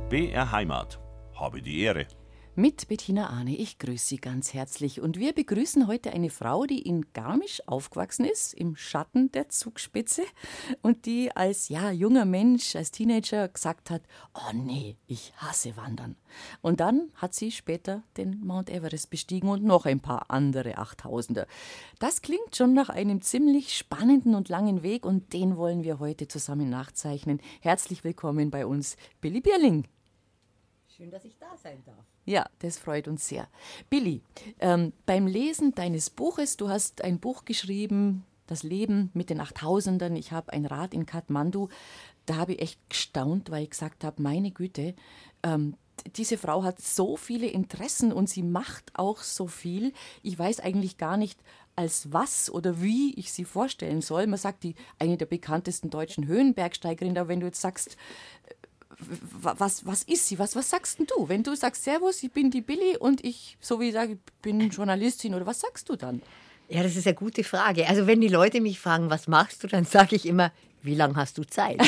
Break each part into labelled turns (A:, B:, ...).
A: BR Heimat. Habe die Ehre.
B: Mit Bettina Arne, ich grüße Sie ganz herzlich. Und wir begrüßen heute eine Frau, die in Garmisch aufgewachsen ist, im Schatten der Zugspitze. Und die als junger Mensch, als Teenager gesagt hat, oh nee, ich hasse Wandern. Und dann hat sie später den Mount Everest bestiegen und noch ein paar andere 8000er. Das klingt schon nach einem ziemlich spannenden und langen Weg und den wollen wir heute zusammen nachzeichnen. Herzlich willkommen bei uns, Billy Bierling.
C: Schön, dass ich da sein darf.
B: Ja, das freut uns sehr. Billy, beim Lesen deines Buches, du hast ein Buch geschrieben, Das Leben mit den 8000ern, ich habe ein Rad in Kathmandu, da habe ich echt gestaunt, weil ich gesagt habe, meine Güte, diese Frau hat so viele Interessen und sie macht auch so viel. Ich weiß eigentlich gar nicht, als was oder wie ich sie vorstellen soll. Man sagt, eine der bekanntesten deutschen Höhenbergsteigerinnen, aber wenn du jetzt sagst, was ist sie? Was sagst denn du? Wenn du sagst, Servus, ich bin die Billy und ich, so wie ich sage, ich bin Journalistin, oder was sagst du dann?
C: Ja, das ist eine gute Frage. Also wenn die Leute mich fragen, was machst du, dann sage ich immer, wie lange hast du Zeit?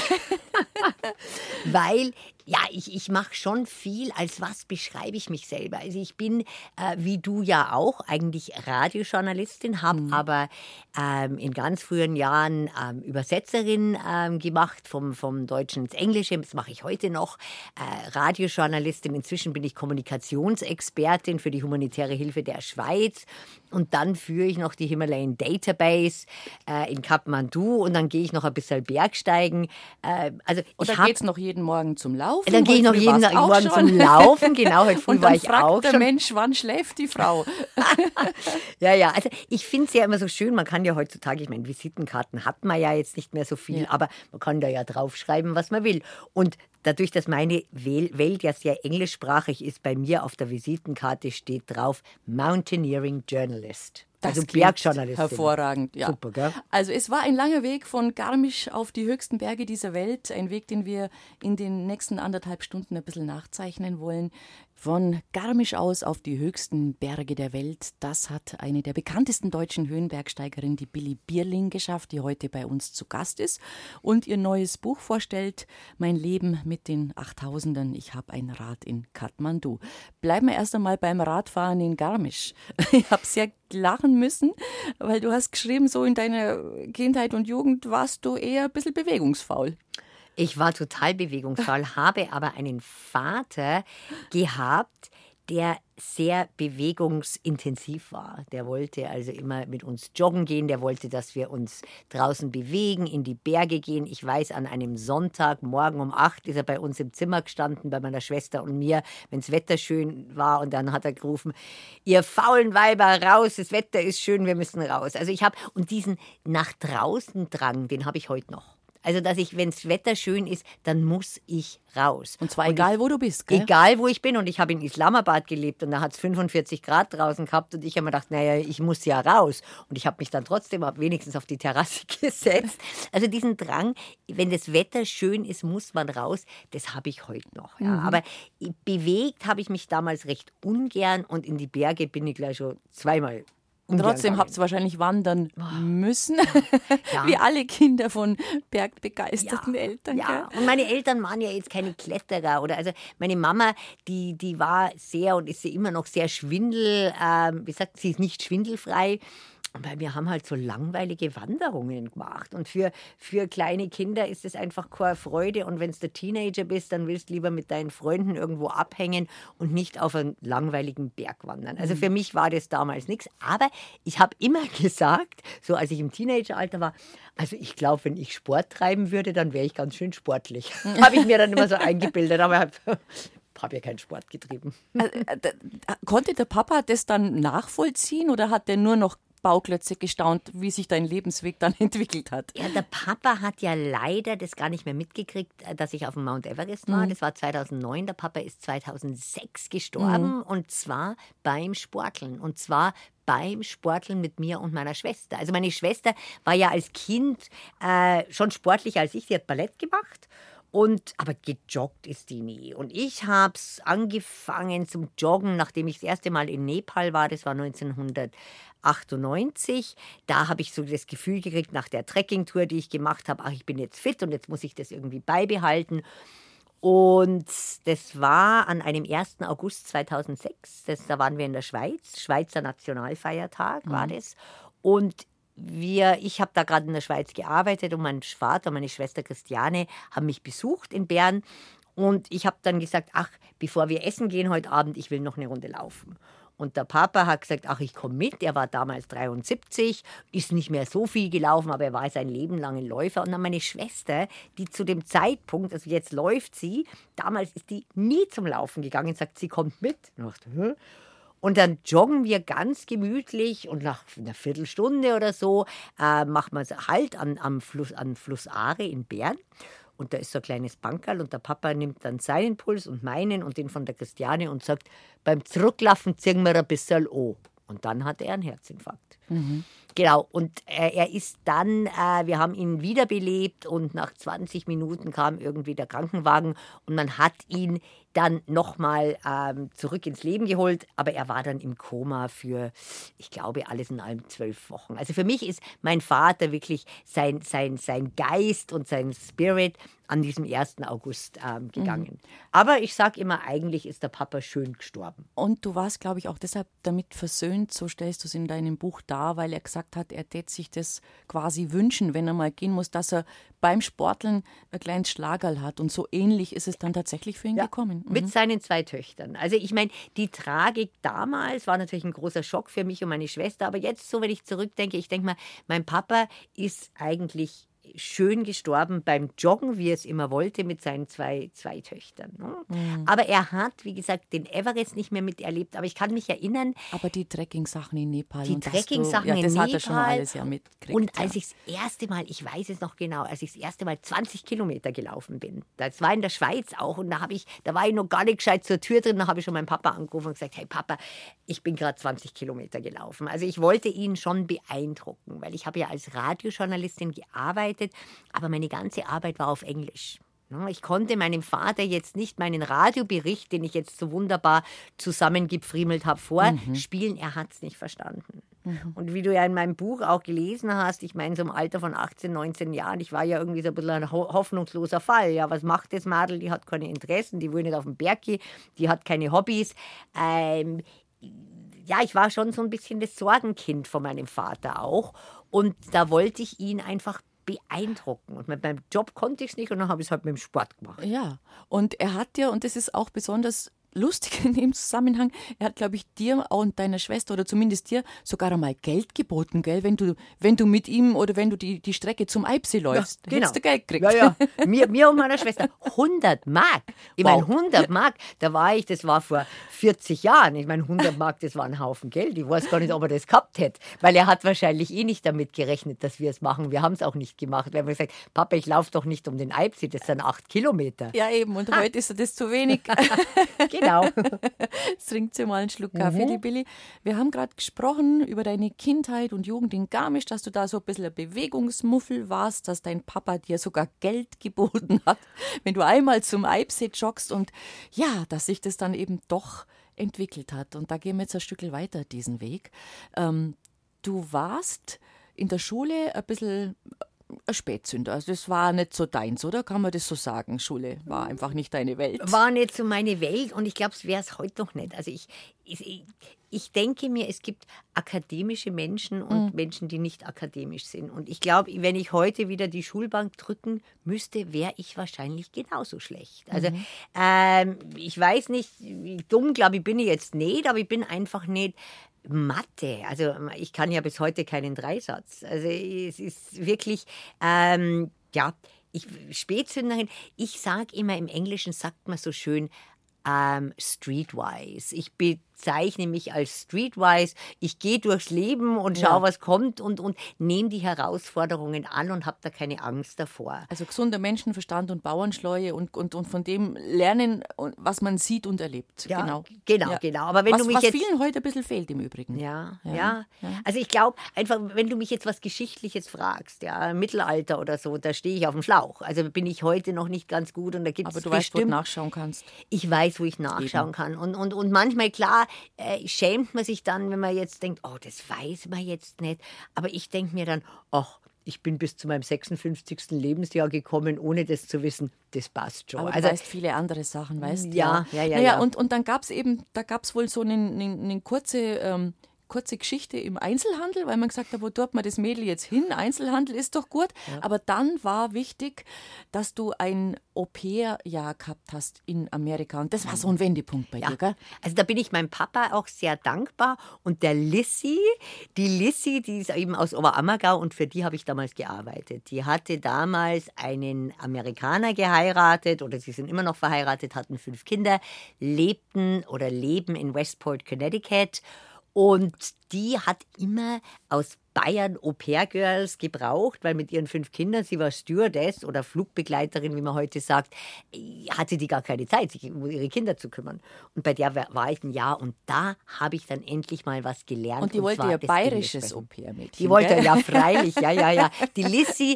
C: Weil, ja, ich mache schon viel. Als was beschreibe ich mich selber? Also ich bin, wie du ja auch, eigentlich Radiojournalistin, habe aber in ganz frühen Jahren Übersetzerin gemacht, vom Deutschen ins Englische. Das mache ich heute noch. Radiojournalistin. Inzwischen bin ich Kommunikationsexpertin für die humanitäre Hilfe der Schweiz. Und dann führe ich noch die Himalayan Database in Kathmandu und dann gehe ich noch ein bisschen Bergsteigen.
B: Und dann geht es noch jeden Morgen zum Laufen?
C: Dann gehe ich noch jeden Morgen zum Laufen, genau, heute früh war ich auch
B: Und dann fragt der Mensch, wann schläft die Frau?
C: Ja, also ich finde es ja immer so schön, man kann ja heutzutage, ich meine, Visitenkarten hat man ja jetzt nicht mehr so viel, aber man kann da ja draufschreiben, was man will. Und dadurch, dass meine Welt ja sehr englischsprachig ist, bei mir auf der Visitenkarte steht drauf Mountaineering Journalist.
B: Das
C: also Bergjournalistin.
B: Hervorragend, ja.
C: Super, gell?
B: Also es war ein langer Weg von Garmisch auf die höchsten Berge dieser Welt. Ein Weg, den wir in den nächsten 1,5 Stunden ein bisschen nachzeichnen wollen. Von Garmisch aus auf die höchsten Berge der Welt. Das hat eine der bekanntesten deutschen Höhenbergsteigerinnen, die Billy Bierling, geschafft, die heute bei uns zu Gast ist und ihr neues Buch vorstellt, Mein Leben mit den 8000ern. Ich habe ein Rad in Kathmandu. Bleiben wir erst einmal beim Radfahren in Garmisch. Ich habe sehr lachen müssen, weil du hast geschrieben, so in deiner Kindheit und Jugend warst du eher ein bisschen bewegungsfaul.
C: Ich war total bewegungsfaul, habe aber einen Vater gehabt, der sehr bewegungsintensiv war. Der wollte also immer mit uns joggen gehen, der wollte, dass wir uns draußen bewegen, in die Berge gehen. Ich weiß, an einem Sonntagmorgen um 8 ist er bei uns im Zimmer gestanden, bei meiner Schwester und mir, wenn das Wetter schön war, und dann hat er gerufen, ihr faulen Weiber, raus, das Wetter ist schön, wir müssen raus. Also und diesen nach draußen Drang, den habe ich heute noch. Also, dass ich, wenn das Wetter schön ist, dann muss ich raus.
B: Und zwar egal, wo du bist, gell?
C: Egal, wo ich bin. Und ich habe in Islamabad gelebt und da hat es 45 Grad draußen gehabt und ich habe mir gedacht, naja, ich muss ja raus. Und ich habe mich dann trotzdem wenigstens auf die Terrasse gesetzt. Also diesen Drang, wenn das Wetter schön ist, muss man raus, das habe ich heute noch. Ja. Aber bewegt habe ich mich damals recht ungern und in die Berge bin ich gleich schon zweimal.
B: Und trotzdem habt ihr wahrscheinlich wandern müssen,
C: Ja.
B: wie alle Kinder von bergbegeisterten Eltern.
C: Ja,
B: Gell?
C: und meine Eltern waren ja jetzt keine Kletterer. Also meine Mama, die war sehr und ist sie immer noch sehr sie ist nicht schwindelfrei. Weil wir haben halt so langweilige Wanderungen gemacht. Und für kleine Kinder ist es einfach keine Freude. Und wenn du Teenager bist, dann willst du lieber mit deinen Freunden irgendwo abhängen und nicht auf einen langweiligen Berg wandern. Also für mich war das damals nichts. Aber ich habe immer gesagt, so als ich im Teenageralter war, also ich glaube, wenn ich Sport treiben würde, dann wäre ich ganz schön sportlich. Habe ich mir dann immer so eingebildet. Aber habe ja keinen Sport getrieben.
B: Konnte der Papa das dann nachvollziehen oder hat der nur noch Bauklötze gestaunt, wie sich dein Lebensweg dann entwickelt hat?
C: Ja, der Papa hat ja leider das gar nicht mehr mitgekriegt, dass ich auf dem Mount Everest war. Das war 2009. Der Papa ist 2006 gestorben und zwar beim Sporteln. Und zwar beim Sporteln mit mir und meiner Schwester. Also meine Schwester war ja als Kind schon sportlicher als ich. Sie hat Ballett gemacht. Aber gejoggt ist die nie. Und ich habe es angefangen zum Joggen, nachdem ich das erste Mal in Nepal war. Das war 1998. Da habe ich so das Gefühl gekriegt, nach der Trekkingtour, die ich gemacht habe, ach, ich bin jetzt fit und jetzt muss ich das irgendwie beibehalten. Und das war an einem 1. August 2006. Da waren wir in der Schweiz. Schweizer Nationalfeiertag war das. Und ich habe da gerade in der Schweiz gearbeitet und mein Vater und meine Schwester Christiane haben mich besucht in Bern. Und ich habe dann gesagt, ach, bevor wir essen gehen heute Abend, ich will noch eine Runde laufen. Und der Papa hat gesagt, ach, ich komme mit. Er war damals 73, ist nicht mehr so viel gelaufen, aber er war sein Leben lang ein Läufer. Und dann meine Schwester, die zu dem Zeitpunkt, also jetzt läuft sie, damals ist die nie zum Laufen gegangen und sagt, sie kommt mit. Und ich dachte, hä? Und dann joggen wir ganz gemütlich und nach einer Viertelstunde oder so macht man Halt am Fluss Aare in Bern. Und da ist so ein kleines Bankerl und der Papa nimmt dann seinen Puls und meinen und den von der Christiane und sagt, beim Zurücklaufen ziehen wir ein bisschen an. Und dann hat er einen Herzinfarkt. Genau, und er ist dann, wir haben ihn wiederbelebt und nach 20 Minuten kam irgendwie der Krankenwagen und man hat ihn dann nochmal zurück ins Leben geholt, aber er war dann im Koma für, ich glaube, alles in allem 12 Wochen. Also für mich ist mein Vater wirklich sein Geist und sein Spirit an diesem 1. August gegangen. Aber ich sage immer, eigentlich ist der Papa schön gestorben.
B: Und du warst, glaube ich, auch deshalb damit versöhnt, so stellst du es in deinem Buch dar, weil er gesagt hat, er tät sich das quasi wünschen, wenn er mal gehen muss, dass er beim Sporteln ein kleines Schlagerl hat. Und so ähnlich ist es dann tatsächlich für ihn gekommen.
C: Mit seinen 2 Töchtern. Also ich meine, die Tragik damals war natürlich ein großer Schock für mich und meine Schwester. Aber jetzt, so wenn ich zurückdenke, ich denke mal, mein Papa ist eigentlich schön gestorben beim Joggen, wie er es immer wollte, mit seinen zwei Töchtern. Ne? Aber er hat, wie gesagt, den Everest nicht mehr miterlebt. Aber ich kann mich erinnern.
B: Aber die Trekking-Sachen in Nepal.
C: Die Trekking-Sachen in Nepal.
B: Das hat er schon alles mitgekriegt.
C: Und als ich das erste Mal, ich weiß es noch genau, als ich das erste Mal 20 Kilometer gelaufen bin, das war in der Schweiz auch, und da war ich noch gar nicht gescheit zur Tür drin, da habe ich schon meinen Papa angerufen und gesagt, hey Papa, ich bin gerade 20 Kilometer gelaufen. Also ich wollte ihn schon beeindrucken, weil ich habe ja als Radiojournalistin gearbeitet, aber meine ganze Arbeit war auf Englisch. Ich konnte meinem Vater jetzt nicht meinen Radiobericht, den ich jetzt so wunderbar zusammengepfriemelt habe, vorspielen. Er hat es nicht verstanden. Und wie du ja in meinem Buch auch gelesen hast, ich meine, so im Alter von 18, 19 Jahren, ich war ja irgendwie so ein bisschen ein hoffnungsloser Fall. Ja, was macht das Madel? Die hat keine Interessen, die will nicht auf den Berg gehen, die hat keine Hobbys. Ja, ich war schon so ein bisschen das Sorgenkind von meinem Vater auch. Und da wollte ich ihn einfach beeindrucken. Und mit meinem Job konnte ich es nicht und dann habe ich es halt mit dem Sport gemacht.
B: Ja, und er hat dir, und das ist auch besonders lustig in dem Zusammenhang, er hat, glaube ich, dir und deiner Schwester oder zumindest dir sogar einmal Geld geboten, gell? Wenn du mit ihm oder wenn du die Strecke zum Eibsee läufst,
C: ja, genau.
B: Hättest du Geld gekriegt.
C: Ja, ja. Mir und meiner Schwester 100 Mark. Ich meine, 100 Mark, das war vor 40 Jahren. Ich meine, 100 Mark, das war ein Haufen Geld. Ich weiß gar nicht, ob er das gehabt hätte, weil er hat wahrscheinlich nicht damit gerechnet, dass wir es machen. Wir haben es auch nicht gemacht. Wir haben gesagt, Papa, ich laufe doch nicht um den Eibsee, das sind 8 Kilometer.
B: Ja, eben, und heute ist das zu wenig.
C: Genau.
B: Jetzt trinkt sie mal einen Schluck Kaffee, die Billy. Wir haben gerade gesprochen über deine Kindheit und Jugend in Garmisch, dass du da so ein bisschen ein Bewegungsmuffel warst, dass dein Papa dir sogar Geld geboten hat, wenn du einmal zum Eibsee joggst, und ja, dass sich das dann eben doch entwickelt hat. Und da gehen wir jetzt ein Stückchen weiter diesen Weg. Du warst in der Schule ein bisschen ein Spätzünder. Also das war nicht so deins, oder? Kann man das so sagen? Schule war einfach nicht deine Welt.
C: War nicht so meine Welt und ich glaube, es wäre es heute noch nicht. Also ich denke mir, es gibt akademische Menschen und Menschen, die nicht akademisch sind. Und ich glaube, wenn ich heute wieder die Schulbank drücken müsste, wäre ich wahrscheinlich genauso schlecht. Also ich weiß nicht, wie dumm, glaube ich, bin ich jetzt nicht, aber ich bin einfach nicht Mathe. Also ich kann ja bis heute keinen Dreisatz. Also es ist wirklich, Spätzünderin. Ich sage immer, im Englischen sagt man so schön, streetwise. Ich bezeichne mich als streetwise. Ich gehe durchs Leben und schaue, was kommt und nehme die Herausforderungen an und habe da keine Angst davor.
B: Also gesunder Menschenverstand und Bauernschleue und von dem lernen, was man sieht und erlebt.
C: Ja, genau. Aber wenn
B: was,
C: du mich
B: was
C: jetzt
B: vielen heute ein bisschen fehlt im Übrigen.
C: Ja. Also ich glaube einfach, wenn du mich jetzt was Geschichtliches fragst, ja, Mittelalter oder so, da stehe ich auf dem Schlauch. Also bin ich heute noch nicht ganz gut und da gibt es
B: Aber du weißt, wo du nachschauen kannst.
C: Ich weiß, wo ich nachschauen kann. Und manchmal, klar, schämt man sich dann, wenn man jetzt denkt, oh, das weiß man jetzt nicht. Aber ich denke mir dann, ach, ich bin bis zu meinem 56. Lebensjahr gekommen, ohne das zu wissen, das passt schon.
B: Aber du weißt viele andere Sachen, weißt du?
C: Ja.
B: Naja, und dann gab es eben, da gab es wohl so eine kurze Geschichte im Einzelhandel, weil man gesagt hat, wo tut man das Mädel jetzt hin? Einzelhandel ist doch gut. Ja. Aber dann war wichtig, dass du ein Au-pair-Jahr gehabt hast in Amerika. Und das war so ein Wendepunkt bei dir, gell?
C: Also da bin ich meinem Papa auch sehr dankbar. Und der Lissi, die ist eben aus Oberammergau und für die habe ich damals gearbeitet. Die hatte damals einen Amerikaner geheiratet oder sie sind immer noch verheiratet, hatten 5 Kinder, leben in Westport, Connecticut. Und die hat immer aus Bayern Au-pair-Girls gebraucht, weil mit ihren 5 Kindern, sie war Stewardess oder Flugbegleiterin, wie man heute sagt, hatte die gar keine Zeit, sich um ihre Kinder zu kümmern. Und bei der war ich ein Jahr und da habe ich dann endlich mal was gelernt.
B: Und die wollte ja bayerisches Au-pair-Mädchen.
C: Die wollte ja freilich, ja. Die Lissy,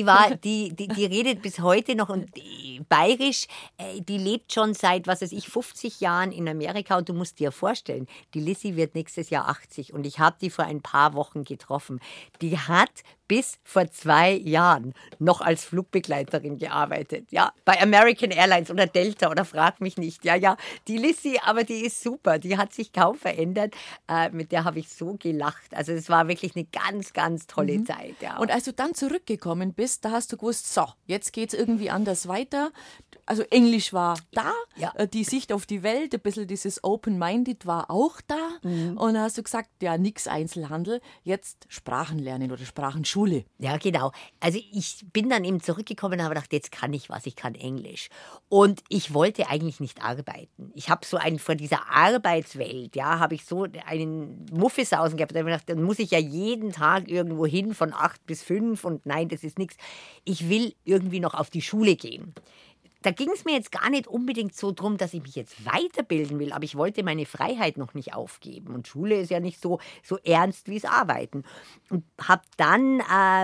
C: die redet bis heute noch und bayerisch, die lebt schon seit, 50 Jahren in Amerika und du musst dir vorstellen, die Lissy wird nächstes Jahr 80 und ich habe die vor ein paar Wochen getroffen. Die hat bis vor 2 Jahren noch als Flugbegleiterin gearbeitet. Ja, bei American Airlines oder Delta oder frag mich nicht. Ja, die Lissy, aber die ist super. Die hat sich kaum verändert. Mit der habe ich so gelacht. Also es war wirklich eine ganz, ganz tolle Zeit. Ja.
B: Und als du dann zurückgekommen bist, da hast du gewusst, so, jetzt geht es irgendwie anders weiter. Also Englisch war da, die Sicht auf die Welt, ein bisschen dieses Open-Minded war auch da. Und da hast du gesagt, ja, nix Einzelhandel, jetzt Sprachen lernen oder Sprachenschule.
C: Ja, genau. Also ich bin dann eben zurückgekommen und habe gedacht, jetzt kann ich was, ich kann Englisch. Und ich wollte eigentlich nicht arbeiten. Ich habe so vor dieser Arbeitswelt, habe ich so einen Muffisausen gehabt. Da habe ich gedacht, dann muss ich ja jeden Tag irgendwo hin von 8 bis 5 und nein, das ist nichts. Ich will irgendwie noch auf die Schule gehen. Da ging es mir jetzt gar nicht unbedingt so drum, dass ich mich jetzt weiterbilden will, aber ich wollte meine Freiheit noch nicht aufgeben. Und Schule ist ja nicht so ernst wie es Arbeiten. Und habe dann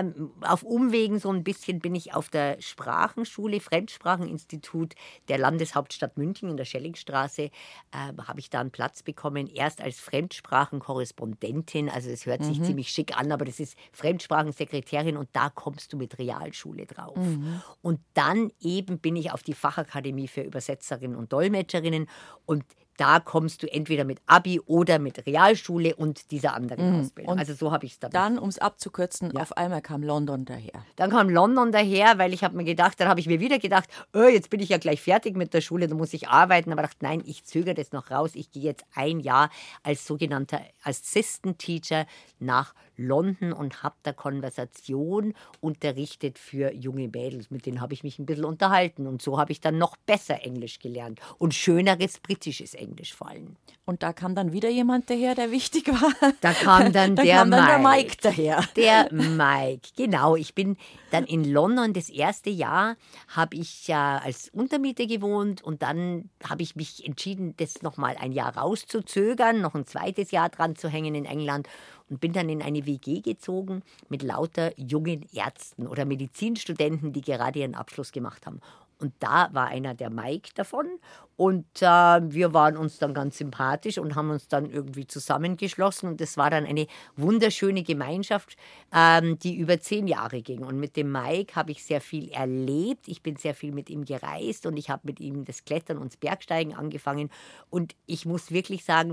C: auf Umwegen so ein bisschen bin ich auf der Sprachenschule, Fremdspracheninstitut der Landeshauptstadt München in der Schellingstraße, habe ich da einen Platz bekommen, erst als Fremdsprachenkorrespondentin, also das hört sich ziemlich schick an, aber das ist Fremdsprachensekretärin und da kommst du mit Realschule drauf. Und dann eben bin ich auf die Fachakademie für Übersetzerinnen und Dolmetscherinnen und da kommst du entweder mit Abi oder mit Realschule und dieser anderen Ausbildung. Also so habe ich es
B: dann, um es abzukürzen, auf einmal kam London daher.
C: Dann kam London daher, weil ich habe mir gedacht, dann habe ich mir wieder gedacht, jetzt bin ich ja gleich fertig mit der Schule, dann muss ich arbeiten. Aber ich dachte, nein, ich zögere das noch raus. Ich gehe jetzt ein Jahr als sogenannter Assistant Teacher nach London und habe da Konversation unterrichtet für junge Mädels. Mit denen habe ich mich ein bisschen unterhalten und so habe ich dann noch besser Englisch gelernt und schöneres britisches Englisch vor allem.
B: Und da kam dann wieder jemand daher, der wichtig war.
C: Da kam dann der
B: Mike daher.
C: Der Mike, genau. Ich bin dann in London das erste Jahr, habe ich ja als Untermiete gewohnt und dann habe ich mich entschieden, das nochmal ein Jahr rauszuzögern, noch ein zweites Jahr dran zu hängen in England und bin dann in eine WG gezogen mit lauter jungen Ärzten oder Medizinstudenten, die gerade ihren Abschluss gemacht haben. Und da war einer, der Mike, davon. Und wir waren uns dann ganz sympathisch und haben uns dann irgendwie zusammengeschlossen. Und das war dann eine wunderschöne Gemeinschaft, die über 10 Jahre ging. Und mit dem Mike habe ich sehr viel erlebt. Ich bin sehr viel mit ihm gereist und ich habe mit ihm das Klettern und das Bergsteigen angefangen. Und ich muss wirklich sagen,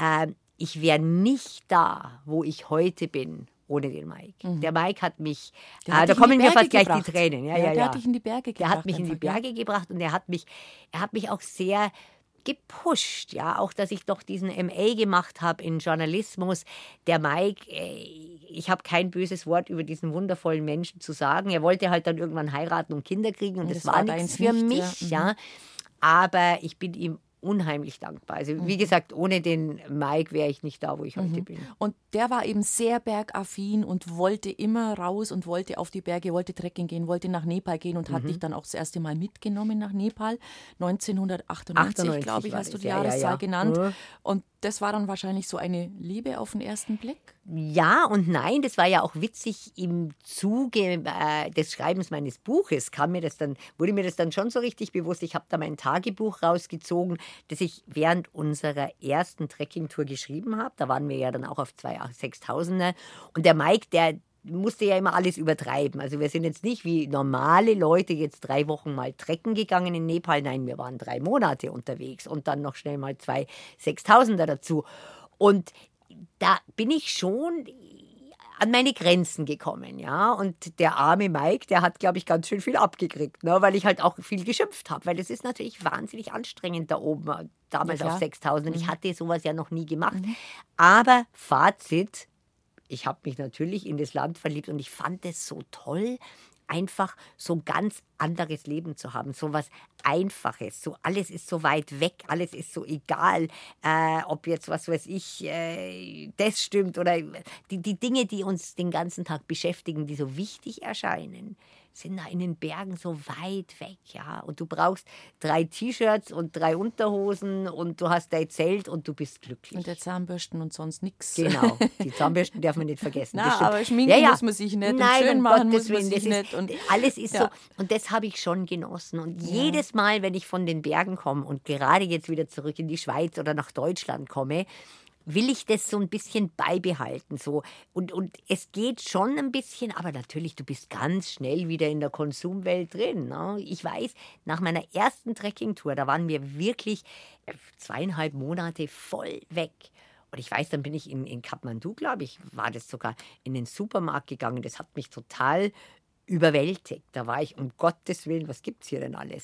C: ich wäre nicht da, wo ich heute bin, ohne den Mike. Der Mike hat mich, da kommen mir fast gleich die Tränen.
B: Der hat dich in die Berge gebracht.
C: Der hat mich in die Berge gebracht und er hat mich auch sehr gepusht, ja, auch, dass ich doch diesen MA gemacht habe in Journalismus. Der Mike, ich habe kein böses Wort über diesen wundervollen Menschen zu sagen. Er wollte halt dann irgendwann heiraten und Kinder kriegen und das war nichts für mich, ja. Aber ich bin ihm unheimlich dankbar. Also wie gesagt, ohne den Mike wäre ich nicht da, wo ich heute bin.
B: Und der war eben sehr bergaffin und wollte immer raus und wollte auf die Berge, wollte Trekking gehen, wollte nach Nepal gehen und hat dich dann auch das erste Mal mitgenommen nach Nepal. 1998, glaube ich, hast du die Jahreszahl genannt. Und das war dann wahrscheinlich so eine Liebe auf den ersten Blick?
C: Ja und nein, das war ja auch witzig im Zuge des Schreibens meines Buches wurde mir das dann schon so richtig bewusst. Ich habe da mein Tagebuch rausgezogen, das ich während unserer ersten Trekkingtour geschrieben habe. Da waren wir ja dann auch auf 2 6000er. Und der Mike, musste ja immer alles übertreiben. Also wir sind jetzt nicht wie normale Leute jetzt 3 Wochen mal trecken gegangen in Nepal. Nein, wir waren 3 Monate unterwegs und dann noch schnell mal 2 Sechstausender dazu. Und da bin ich schon an meine Grenzen gekommen, ja. Und der arme Mike, der hat, glaube ich, ganz schön viel abgekriegt, ne? Weil ich halt auch viel geschimpft habe. Weil es ist natürlich wahnsinnig anstrengend da oben, damals auf 6.000. Ich hatte sowas ja noch nie gemacht. Aber Fazit, ich habe mich natürlich in das Land verliebt und ich fand es so toll, einfach so ein ganz anderes Leben zu haben, so was Einfaches, so alles ist so weit weg, alles ist so egal, ob jetzt, was weiß ich, das stimmt oder die Dinge, die uns den ganzen Tag beschäftigen, die so wichtig erscheinen, sind da in den Bergen so weit weg, ja. Und du brauchst 3 T-Shirts und 3 Unterhosen und du hast dein Zelt und du bist glücklich.
B: Und der Zahnbürsten und sonst nichts.
C: Genau, die Zahnbürsten darf man nicht vergessen.
B: Na, aber schminken muss man sich nicht.
C: Nein,
B: und schön
C: um
B: machen
C: Gottes
B: muss man
C: Willen,
B: sich
C: das
B: nicht. Und
C: alles ist so, und das habe ich schon genossen. Und jedes Mal, wenn ich von den Bergen komme und gerade jetzt wieder zurück in die Schweiz oder nach Deutschland komme, will ich das so ein bisschen beibehalten. So. Und es geht schon ein bisschen, aber natürlich, du bist ganz schnell wieder in der Konsumwelt drin. Ne? Ich weiß, nach meiner ersten Trekkingtour, da waren wir wirklich 2,5 Monate voll weg. Und ich weiß, dann bin ich in Kathmandu, glaube ich, war das sogar, in den Supermarkt gegangen. Das hat mich total überwältigt. Da war ich, um Gottes Willen, was gibt es hier denn alles?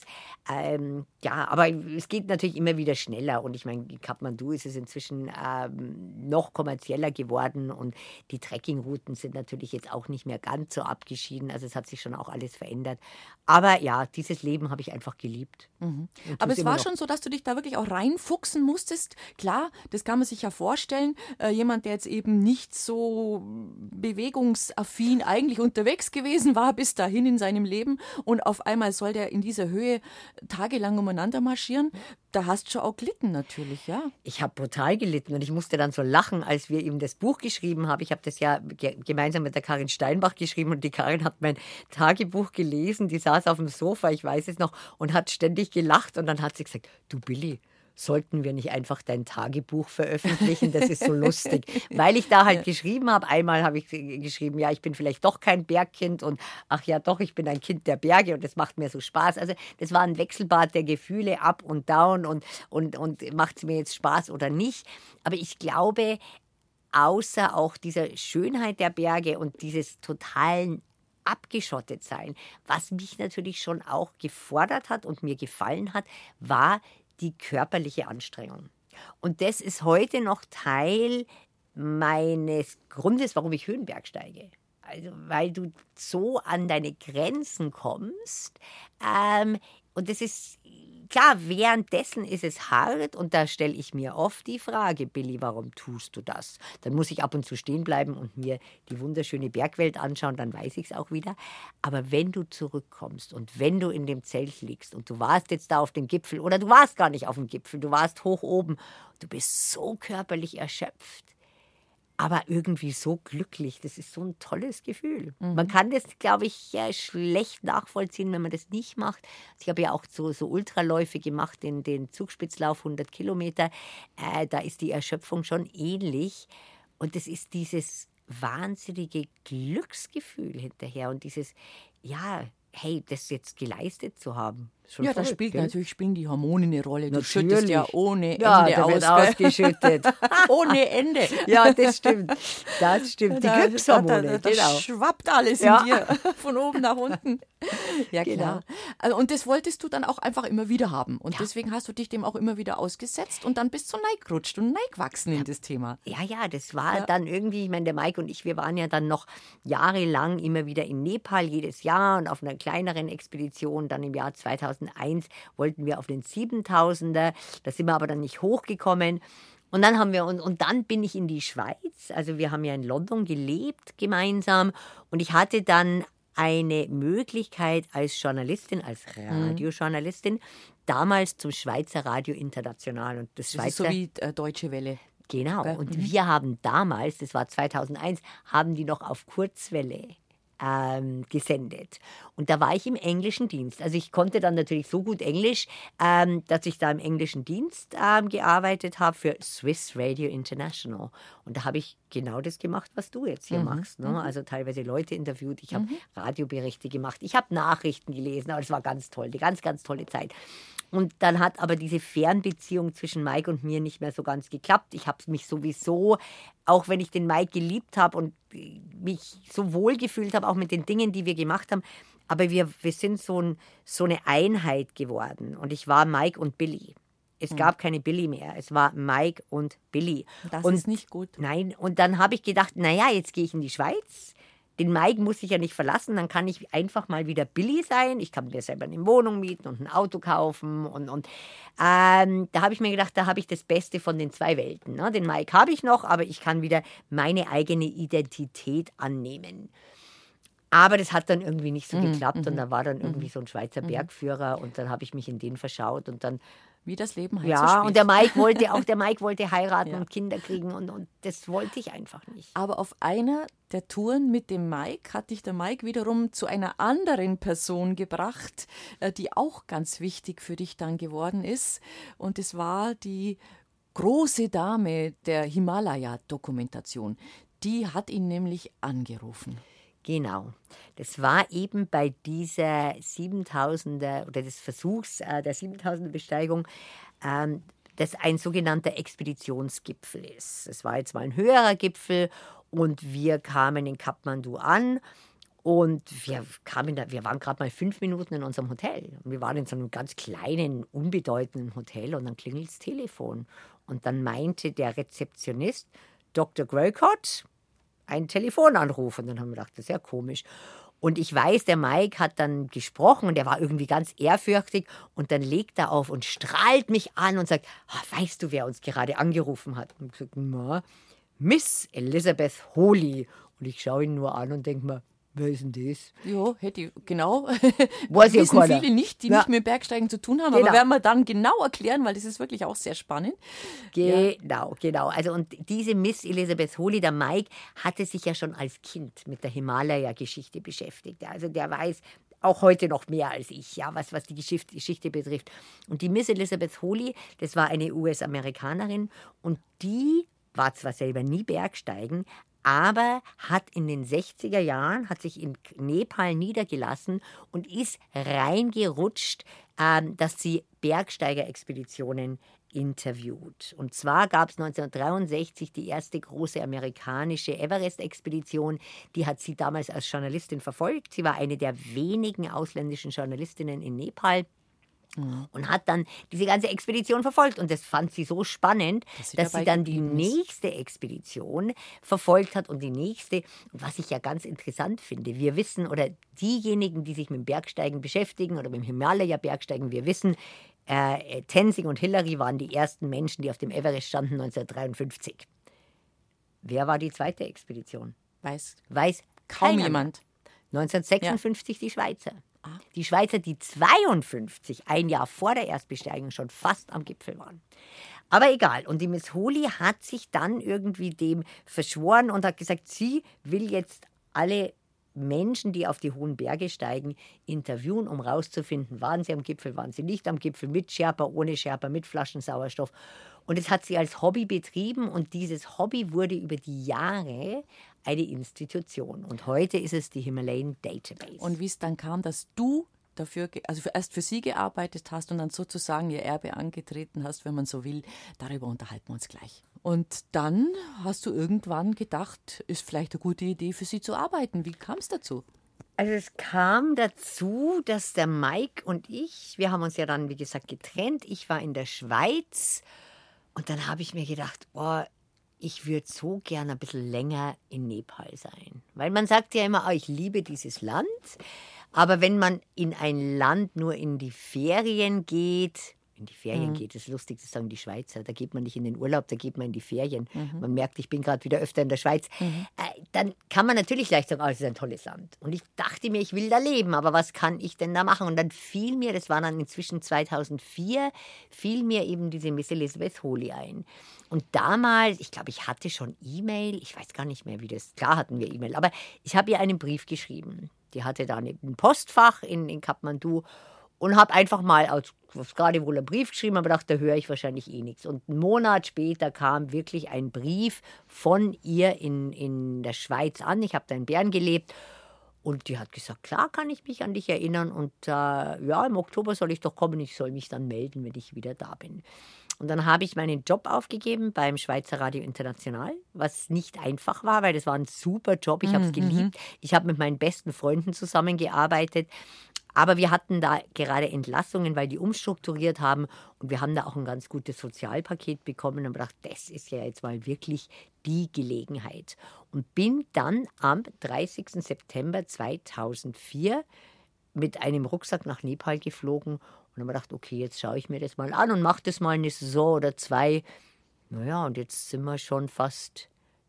C: Ja, aber es geht natürlich immer wieder schneller. Und ich meine, in Kathmandu ist es inzwischen noch kommerzieller geworden und die Trekkingrouten sind natürlich jetzt auch nicht mehr ganz so abgeschieden. Also es hat sich schon auch alles verändert. Aber ja, dieses Leben habe ich einfach geliebt.
B: Aber es war schon so, dass du dich da wirklich auch reinfuchsen musstest. Klar, das kann man sich ja vorstellen. Jemand, der jetzt eben nicht so bewegungsaffin eigentlich unterwegs gewesen war bis dahin in seinem Leben und auf einmal soll der in dieser Höhe tagelang umeinander marschieren. Da hast du schon auch gelitten natürlich, ja?
C: Ich habe brutal gelitten und ich musste dann so lachen, als wir ihm das Buch geschrieben haben. Ich habe das ja gemeinsam mit der Karin Steinbach geschrieben und die Karin hat mein Tagebuch gelesen. Die saß auf dem Sofa, ich weiß es noch, und hat ständig gelacht und dann hat sie gesagt, du Billy, sollten wir nicht einfach dein Tagebuch veröffentlichen? Das ist so lustig. Weil ich da halt geschrieben habe, einmal habe ich geschrieben, ja, ich bin vielleicht doch kein Bergkind und ach ja, doch, ich bin ein Kind der Berge und das macht mir so Spaß. Also das war ein Wechselbad der Gefühle, up und down und macht es mir jetzt Spaß oder nicht. Aber ich glaube, außer auch dieser Schönheit der Berge und dieses totalen abgeschottet sein, was mich natürlich schon auch gefordert hat und mir gefallen hat, war die körperliche Anstrengung. Und das ist heute noch Teil meines Grundes, warum ich Höhenberg steige. Also, weil du so an deine Grenzen kommst. Und das ist, klar, währenddessen ist es hart und da stelle ich mir oft die Frage, Billy, warum tust du das? Dann muss ich ab und zu stehen bleiben und mir die wunderschöne Bergwelt anschauen, dann weiß ich es auch wieder. Aber wenn du zurückkommst und wenn du in dem Zelt liegst und du warst jetzt da auf dem Gipfel oder du warst gar nicht auf dem Gipfel, du warst hoch oben, du bist so körperlich erschöpft, aber irgendwie so glücklich. Das ist so ein tolles Gefühl. Man kann das, glaube ich, ja, schlecht nachvollziehen, wenn man das nicht macht. Ich habe ja auch so Ultraläufe gemacht, den Zugspitzlauf 100 Kilometer. Da ist die Erschöpfung schon ähnlich. Und das ist dieses wahnsinnige Glücksgefühl hinterher und dieses, ja, hey, das jetzt geleistet zu haben. Schon
B: Ja, da
C: verrückt,
B: spielen die Hormone eine Rolle. Du
C: Natürlich.
B: schüttest ja ohne Ende
C: ja, da wird
B: aus.
C: ausgeschüttet.
B: Ohne Ende.
C: Ja, das stimmt. Das stimmt. Die Glückshormone,
B: Da
C: genau.
B: schwappt alles
C: Ja.
B: in dir, von oben nach unten. Ja,
C: Genau.
B: klar. Also, und das wolltest du dann auch einfach immer wieder haben. Und deswegen hast du dich dem auch immer wieder ausgesetzt und dann bist du neigrutscht und neigwachsen in das Thema.
C: Ja, das war dann irgendwie, ich meine, der Mike und ich, wir waren ja dann noch jahrelang immer wieder in Nepal jedes Jahr und auf einer kleineren Expedition. Dann im Jahr 2001 wollten wir auf den 7000er, da sind wir aber dann nicht hochgekommen. Und dann dann bin ich in die Schweiz. Also wir haben ja in London gelebt gemeinsam und ich hatte dann eine Möglichkeit als Journalistin, als Radiojournalistin, damals zum Schweizer Radio International. Und das
B: Das ist so wie Deutsche Welle.
C: Genau.
B: Gell?
C: Und wir haben damals, das war 2001, haben die noch auf Kurzwelle gesendet. Und da war ich im englischen Dienst. Also ich konnte dann natürlich so gut Englisch, dass ich da im englischen Dienst gearbeitet habe für Swiss Radio International. Und da habe ich genau das gemacht, was du jetzt hier machst. Ne? Also teilweise Leute interviewt, ich habe Radioberichte gemacht, ich habe Nachrichten gelesen, aber es war ganz toll, eine ganz, ganz tolle Zeit. Und dann hat aber diese Fernbeziehung zwischen Mike und mir nicht mehr so ganz geklappt. Ich habe mich sowieso, auch wenn ich den Mike geliebt habe und mich so wohl gefühlt habe, auch mit den Dingen, die wir gemacht haben, aber wir sind so eine Einheit geworden. Und ich war Mike und Billy. Es gab keine Billy mehr. Es war Mike und Billy.
B: Das
C: und
B: ist nicht gut.
C: Nein, und dann habe ich gedacht, naja, jetzt gehe ich in die Schweiz. Den Mike muss ich ja nicht verlassen, dann kann ich einfach mal wieder Billy sein. Ich kann mir selber eine Wohnung mieten und ein Auto kaufen. Da habe ich mir gedacht, da habe ich das Beste von den zwei Welten. Ne? Den Mike habe ich noch, aber ich kann wieder meine eigene Identität annehmen. Aber das hat dann irgendwie nicht so geklappt und da war dann irgendwie so ein Schweizer Bergführer und dann habe ich mich in den verschaut und dann...
B: Wie das Leben halt so
C: Ja,
B: spielt.
C: und der Mike wollte heiraten und Kinder kriegen und das wollte ich einfach nicht.
B: Aber auf einer der Touren mit dem Mike hat dich der Mike wiederum zu einer anderen Person gebracht, die auch ganz wichtig für dich dann geworden ist. Und es war die große Dame der Himalaya-Dokumentation. Die hat ihn nämlich angerufen.
C: Genau. Das war eben bei dieser 7000er oder des Versuchs der 7000er Besteigung, das ein sogenannter Expeditionsgipfel ist. Es war jetzt mal ein höherer Gipfel und wir kamen in Kathmandu an und wir waren gerade mal 5 Minuten in unserem Hotel. Und wir waren in so einem ganz kleinen, unbedeutenden Hotel und dann klingelt das Telefon. Und dann meinte der Rezeptionist, Dr. Grocott, einen Telefonanruf. Und dann haben wir gedacht, das ist ja komisch. Und ich weiß, der Mike hat dann gesprochen und der war irgendwie ganz ehrfürchtig. Und dann legt er auf und strahlt mich an und sagt, weißt du, wer uns gerade angerufen hat? Und ich sage, na, Miss Elizabeth Holy. Und ich schaue ihn nur an und denke mir, wer ist denn das?
B: Ja, hätte ich, genau.
C: Weiß
B: Wissen
C: keiner.
B: viele nicht, die
C: Ja.
B: nicht mit Bergsteigen zu tun haben.
C: Genau.
B: Aber werden wir dann genau erklären, weil das ist wirklich auch sehr spannend.
C: Genau. Also und diese Miss Elizabeth Holy, der Mike, hatte sich ja schon als Kind mit der Himalaya-Geschichte beschäftigt. Also der weiß auch heute noch mehr als ich, ja, was die Geschichte betrifft. Und die Miss Elizabeth Holy, das war eine US-Amerikanerin und die war zwar selber nie Bergsteigen, aber hat in den 60er Jahren, hat sich in Nepal niedergelassen und ist reingerutscht, dass sie Bergsteigerexpeditionen interviewt. Und zwar gab es 1963 die erste große amerikanische Everest-Expedition. Die hat sie damals als Journalistin verfolgt. Sie war eine der wenigen ausländischen Journalistinnen in Nepal. Und hat dann diese ganze Expedition verfolgt. Und das fand sie so spannend, dass sie dann die nächste Expedition verfolgt hat und die nächste. Und was ich ja ganz interessant finde, wir wissen, oder diejenigen, die sich mit dem Bergsteigen beschäftigen oder mit dem Himalaya-Bergsteigen, wir wissen, Tenzing und Hillary waren die ersten Menschen, die auf dem Everest standen 1953. Wer war die zweite Expedition?
B: Weiß
C: Kaum
B: jemand.
C: 1956 die Schweizer. Die Schweizer, die 52, ein Jahr vor der Erstbesteigung, schon fast am Gipfel waren. Aber egal. Und die Miss Holy hat sich dann irgendwie dem verschworen und hat gesagt, sie will jetzt alle Menschen, die auf die hohen Berge steigen, interviewen, um rauszufinden, waren sie am Gipfel, waren sie nicht am Gipfel, mit Sherpa, ohne Sherpa, mit Flaschen Sauerstoff. Und das hat sie als Hobby betrieben und dieses Hobby wurde über die Jahre eine Institution. Und heute ist es die Himalayan Database.
B: Und wie es dann kam, dass du dafür, erst für sie gearbeitet hast und dann sozusagen ihr Erbe angetreten hast, wenn man so will, darüber unterhalten wir uns gleich. Und dann hast du irgendwann gedacht, ist vielleicht eine gute Idee für sie zu arbeiten. Wie kam es dazu?
C: Also es kam dazu, dass der Mike und ich, wir haben uns ja dann, wie gesagt, getrennt. Ich war in der Schweiz und dann habe ich mir gedacht, ich würde so gerne ein bisschen länger in Nepal sein. Weil man sagt ja immer, ich liebe dieses Land. Aber wenn man in ein Land nur in die Ferien geht, das ist lustig zu sagen, die Schweizer, da geht man nicht in den Urlaub, da geht man in die Ferien. Man merkt, ich bin gerade wieder öfter in der Schweiz. Dann kann man natürlich leicht sagen, es ist ein tolles Land. Und ich dachte mir, ich will da leben, aber was kann ich denn da machen? Und dann fiel mir, das war dann inzwischen 2004, fiel mir eben diese Miss Elizabeth Holy ein. Und damals, ich glaube, ich hatte schon E-Mail, ich weiß gar nicht mehr, wie das, klar hatten wir E-Mail, aber ich habe ihr einen Brief geschrieben. Die hatte da ein Postfach in Kathmandu und habe einfach mal gerade wohl einen Brief geschrieben, aber dachte, da höre ich wahrscheinlich eh nichts. Und einen Monat später kam wirklich ein Brief von ihr in der Schweiz an. Ich habe da in Bern gelebt. Und die hat gesagt, klar kann ich mich an dich erinnern und im Oktober soll ich doch kommen, ich soll mich dann melden, wenn ich wieder da bin. Und dann habe ich meinen Job aufgegeben beim Schweizer Radio International, was nicht einfach war, weil das war ein super Job, ich habe es geliebt. Ich habe mit meinen besten Freunden zusammengearbeitet, aber wir hatten da gerade Entlassungen, weil die umstrukturiert haben und wir haben da auch ein ganz gutes Sozialpaket bekommen und gedacht, das ist ja jetzt mal wirklich die Gelegenheit. Und bin dann am 30. September 2004 mit einem Rucksack nach Nepal geflogen und habe mir gedacht, okay, jetzt schaue ich mir das mal an und mache das mal eine Saison oder zwei. Naja, und jetzt sind wir schon fast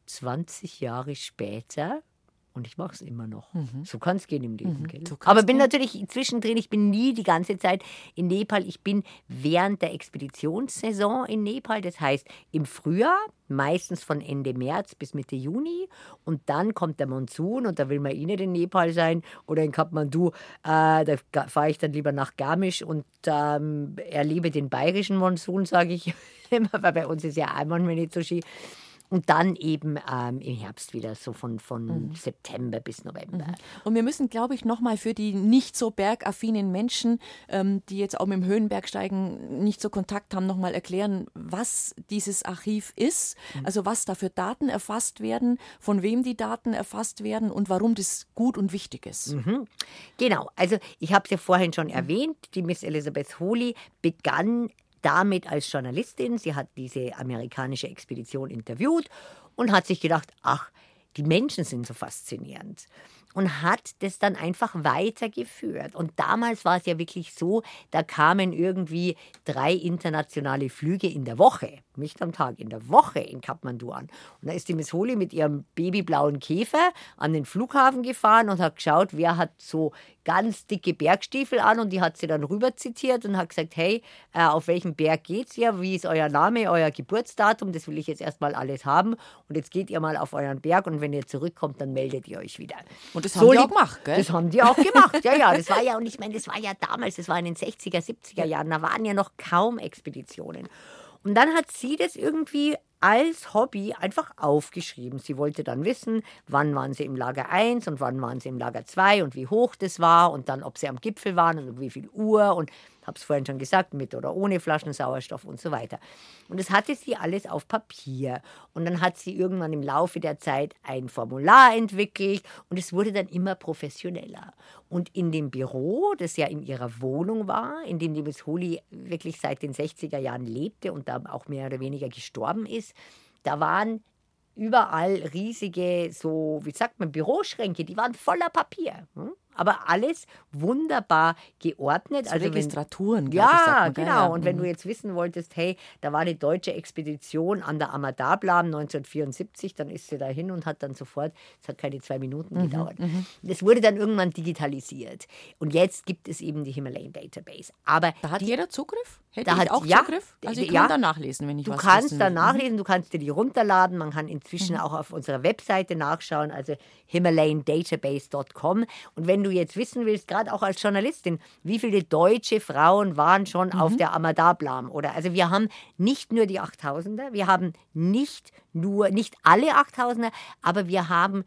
C: 20 Jahre später. Und ich mache es immer noch. So kann es gehen im Leben. Gell?
B: So kann's
C: Aber bin
B: gehen.
C: natürlich zwischendrin, ich bin nie die ganze Zeit in Nepal. Ich bin während der Expeditionssaison in Nepal. Das heißt im Frühjahr, meistens von Ende März bis Mitte Juni. Und dann kommt der Monsun und da will man eh nicht in Nepal sein. Oder in Kathmandu, da fahre ich dann lieber nach Garmisch und erlebe den bayerischen Monsun, sage ich immer, weil bei uns ist ja einmal nicht so Ski. Und dann eben im Herbst wieder, so von September bis November.
B: Und wir müssen, glaube ich, nochmal für die nicht so bergaffinen Menschen, die jetzt auch mit dem Höhenbergsteigen nicht so Kontakt haben, nochmal erklären, was dieses Archiv ist, also was da für Daten erfasst werden, von wem die Daten erfasst werden und warum das gut und wichtig ist.
C: Genau, also ich habe es ja vorhin schon erwähnt, die Miss Elizabeth Holy begann damit als Journalistin. Sie hat diese amerikanische Expedition interviewt und hat sich gedacht, ach, die Menschen sind so faszinierend. Und hat das dann einfach weitergeführt. Und damals war es ja wirklich so, da kamen irgendwie 3 internationale Flüge in der Woche, nicht am Tag, in der Woche in Kathmandu an. Und da ist die Miss Holy mit ihrem babyblauen Käfer an den Flughafen gefahren und hat geschaut, wer hat so ganz dicke Bergstiefel an, und die hat sie dann rüber zitiert und hat gesagt, hey, auf welchen Berg geht's ihr? Wie ist euer Name, euer Geburtsdatum? Das will ich jetzt erstmal alles haben. Und jetzt geht ihr mal auf euren Berg und wenn ihr zurückkommt, dann meldet ihr euch wieder.
B: Und das haben die auch gemacht, gell?
C: Das haben die auch gemacht, ja. Das war ja, und ich meine, das war ja damals, das war in den 60er, 70er Jahren, da waren ja noch kaum Expeditionen. Und dann hat sie das irgendwie als Hobby einfach aufgeschrieben. Sie wollte dann wissen, wann waren sie im Lager 1 und wann waren sie im Lager 2 und wie hoch das war und dann, ob sie am Gipfel waren und um wie viel Uhr und habe es vorhin schon gesagt, mit oder ohne Flaschensauerstoff und so weiter. Und das hatte sie alles auf Papier. Und dann hat sie irgendwann im Laufe der Zeit ein Formular entwickelt und es wurde dann immer professioneller. Und in dem Büro, das ja in ihrer Wohnung war, in dem die Miss Holy wirklich seit den 60er Jahren lebte und da auch mehr oder weniger gestorben ist, da waren überall riesige, so, wie sagt man, Büroschränke, die waren voller Papier. Aber alles wunderbar geordnet.
B: So
C: also
B: Registraturen, glaube ich, sagt
C: ja,
B: man, gell?
C: genau.
B: Ja.
C: Und wenn du jetzt wissen wolltest, hey, da war eine deutsche Expedition an der Amadablam 1974, dann ist sie da hin und hat dann sofort, es hat keine 2 Minuten gedauert. Das wurde dann irgendwann digitalisiert. Und jetzt gibt es eben die Himalayan Database. Aber
B: Da hat jeder Zugriff? Hätte
C: Da
B: ich
C: hat-
B: auch
C: ja,
B: Zugriff? Also ich
C: ja.
B: kann da nachlesen, wenn ich
C: Du
B: was
C: kannst
B: wissen
C: da
B: will.
C: nachlesen, du kannst dir die runterladen. Man kann inzwischen auch auf unserer Webseite nachschauen, also himalayandatabase.com. Und wenn du jetzt wissen willst, gerade auch als Journalistin, wie viele deutsche Frauen waren schon auf der Amadablam? Oder also wir haben nicht nur die 8000er, wir haben nicht alle 8000er, aber wir haben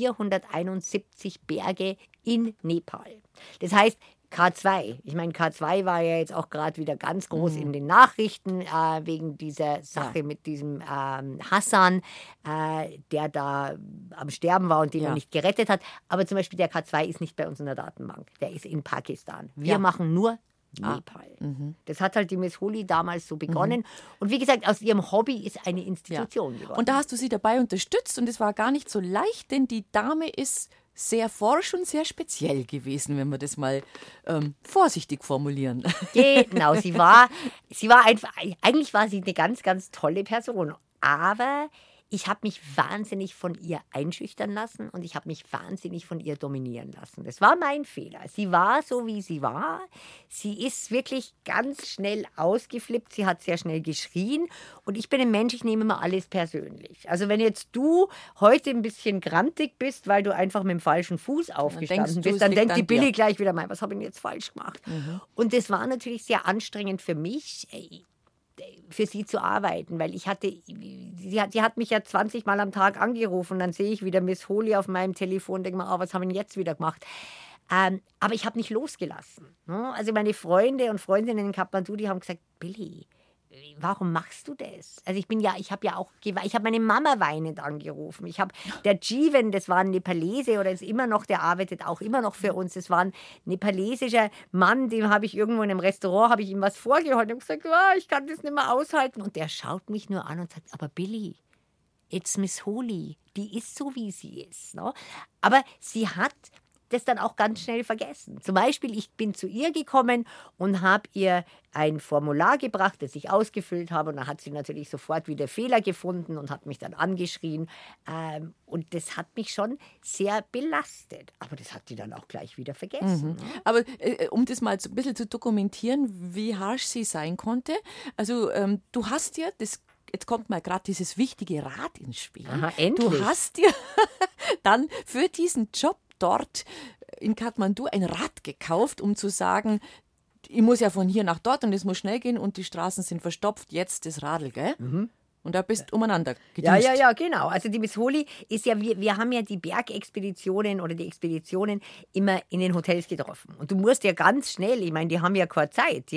C: 471 Berge in Nepal. Das heißt, K2. Ich meine, K2 war ja jetzt auch gerade wieder ganz groß in den Nachrichten wegen dieser Sache mit diesem Hassan, der da am Sterben war und den er nicht gerettet hat. Aber zum Beispiel der K2 ist nicht bei uns in der Datenbank. Der ist in Pakistan. Wir machen nur Nepal. Das hat halt die Miss Holy damals so begonnen. Und wie gesagt, aus ihrem Hobby ist eine Institution geworden.
B: Und da hast du sie dabei unterstützt und es war gar nicht so leicht, denn die Dame ist sehr forsch und sehr speziell gewesen, wenn wir das mal vorsichtig formulieren.
C: Genau, sie war einfach, eigentlich war sie eine ganz, ganz tolle Person. Aber ich habe mich wahnsinnig von ihr einschüchtern lassen und ich habe mich wahnsinnig von ihr dominieren lassen. Das war mein Fehler. Sie war so, wie sie war. Sie ist wirklich ganz schnell ausgeflippt. Sie hat sehr schnell geschrien. Und ich bin ein Mensch, ich nehme immer alles persönlich. Also wenn jetzt du heute ein bisschen grantig bist, weil du einfach mit dem falschen Fuß aufgestanden bist, dann denkt die Billy gleich wieder mal, was habe ich denn jetzt falsch gemacht? Und das war natürlich sehr anstrengend für mich, für sie zu arbeiten, weil sie hat mich ja 20 Mal am Tag angerufen, dann sehe ich wieder Miss Holy auf meinem Telefon, denke mir, was haben wir denn jetzt wieder gemacht? Aber ich habe nicht losgelassen. Ne? Also meine Freunde und Freundinnen in Kathmandu, die haben gesagt, Billy, warum machst du das? Also ich habe meine Mama weinend angerufen. Der Jeevan, das war ein Nepalese oder ist immer noch, der arbeitet auch immer noch für uns. Das war ein nepalesischer Mann, dem habe ich irgendwo in einem Restaurant, habe ich ihm was vorgehalten und gesagt, ich kann das nicht mehr aushalten. Und der schaut mich nur an und sagt, aber Billy, it's Miss Holy, die ist so, wie sie ist. Ne? Aber sie hat das dann auch ganz schnell vergessen. Zum Beispiel, ich bin zu ihr gekommen und habe ihr ein Formular gebracht, das ich ausgefüllt habe. Und dann hat sie natürlich sofort wieder Fehler gefunden und hat mich dann angeschrien. Und das hat mich schon sehr belastet. Aber das hat sie dann auch gleich wieder vergessen.
B: Mhm. Aber um das mal ein bisschen zu dokumentieren, wie harsch sie sein konnte. Also du hast ja jetzt kommt mal gerade dieses wichtige Rad ins Spiel.
C: Aha, endlich.
B: Du hast dir dann für diesen Job dort in Kathmandu ein Rad gekauft, um zu sagen, ich muss ja von hier nach dort und es muss schnell gehen und die Straßen sind verstopft, jetzt das Radl, gell? Mhm. Und da bist umeinander gedüst.
C: Ja, genau. Also die Miss Holy ist ja, wir haben ja die Bergexpeditionen oder die Expeditionen immer in den Hotels getroffen. Und du musst ja ganz schnell, ich meine, die haben ja keine Zeit.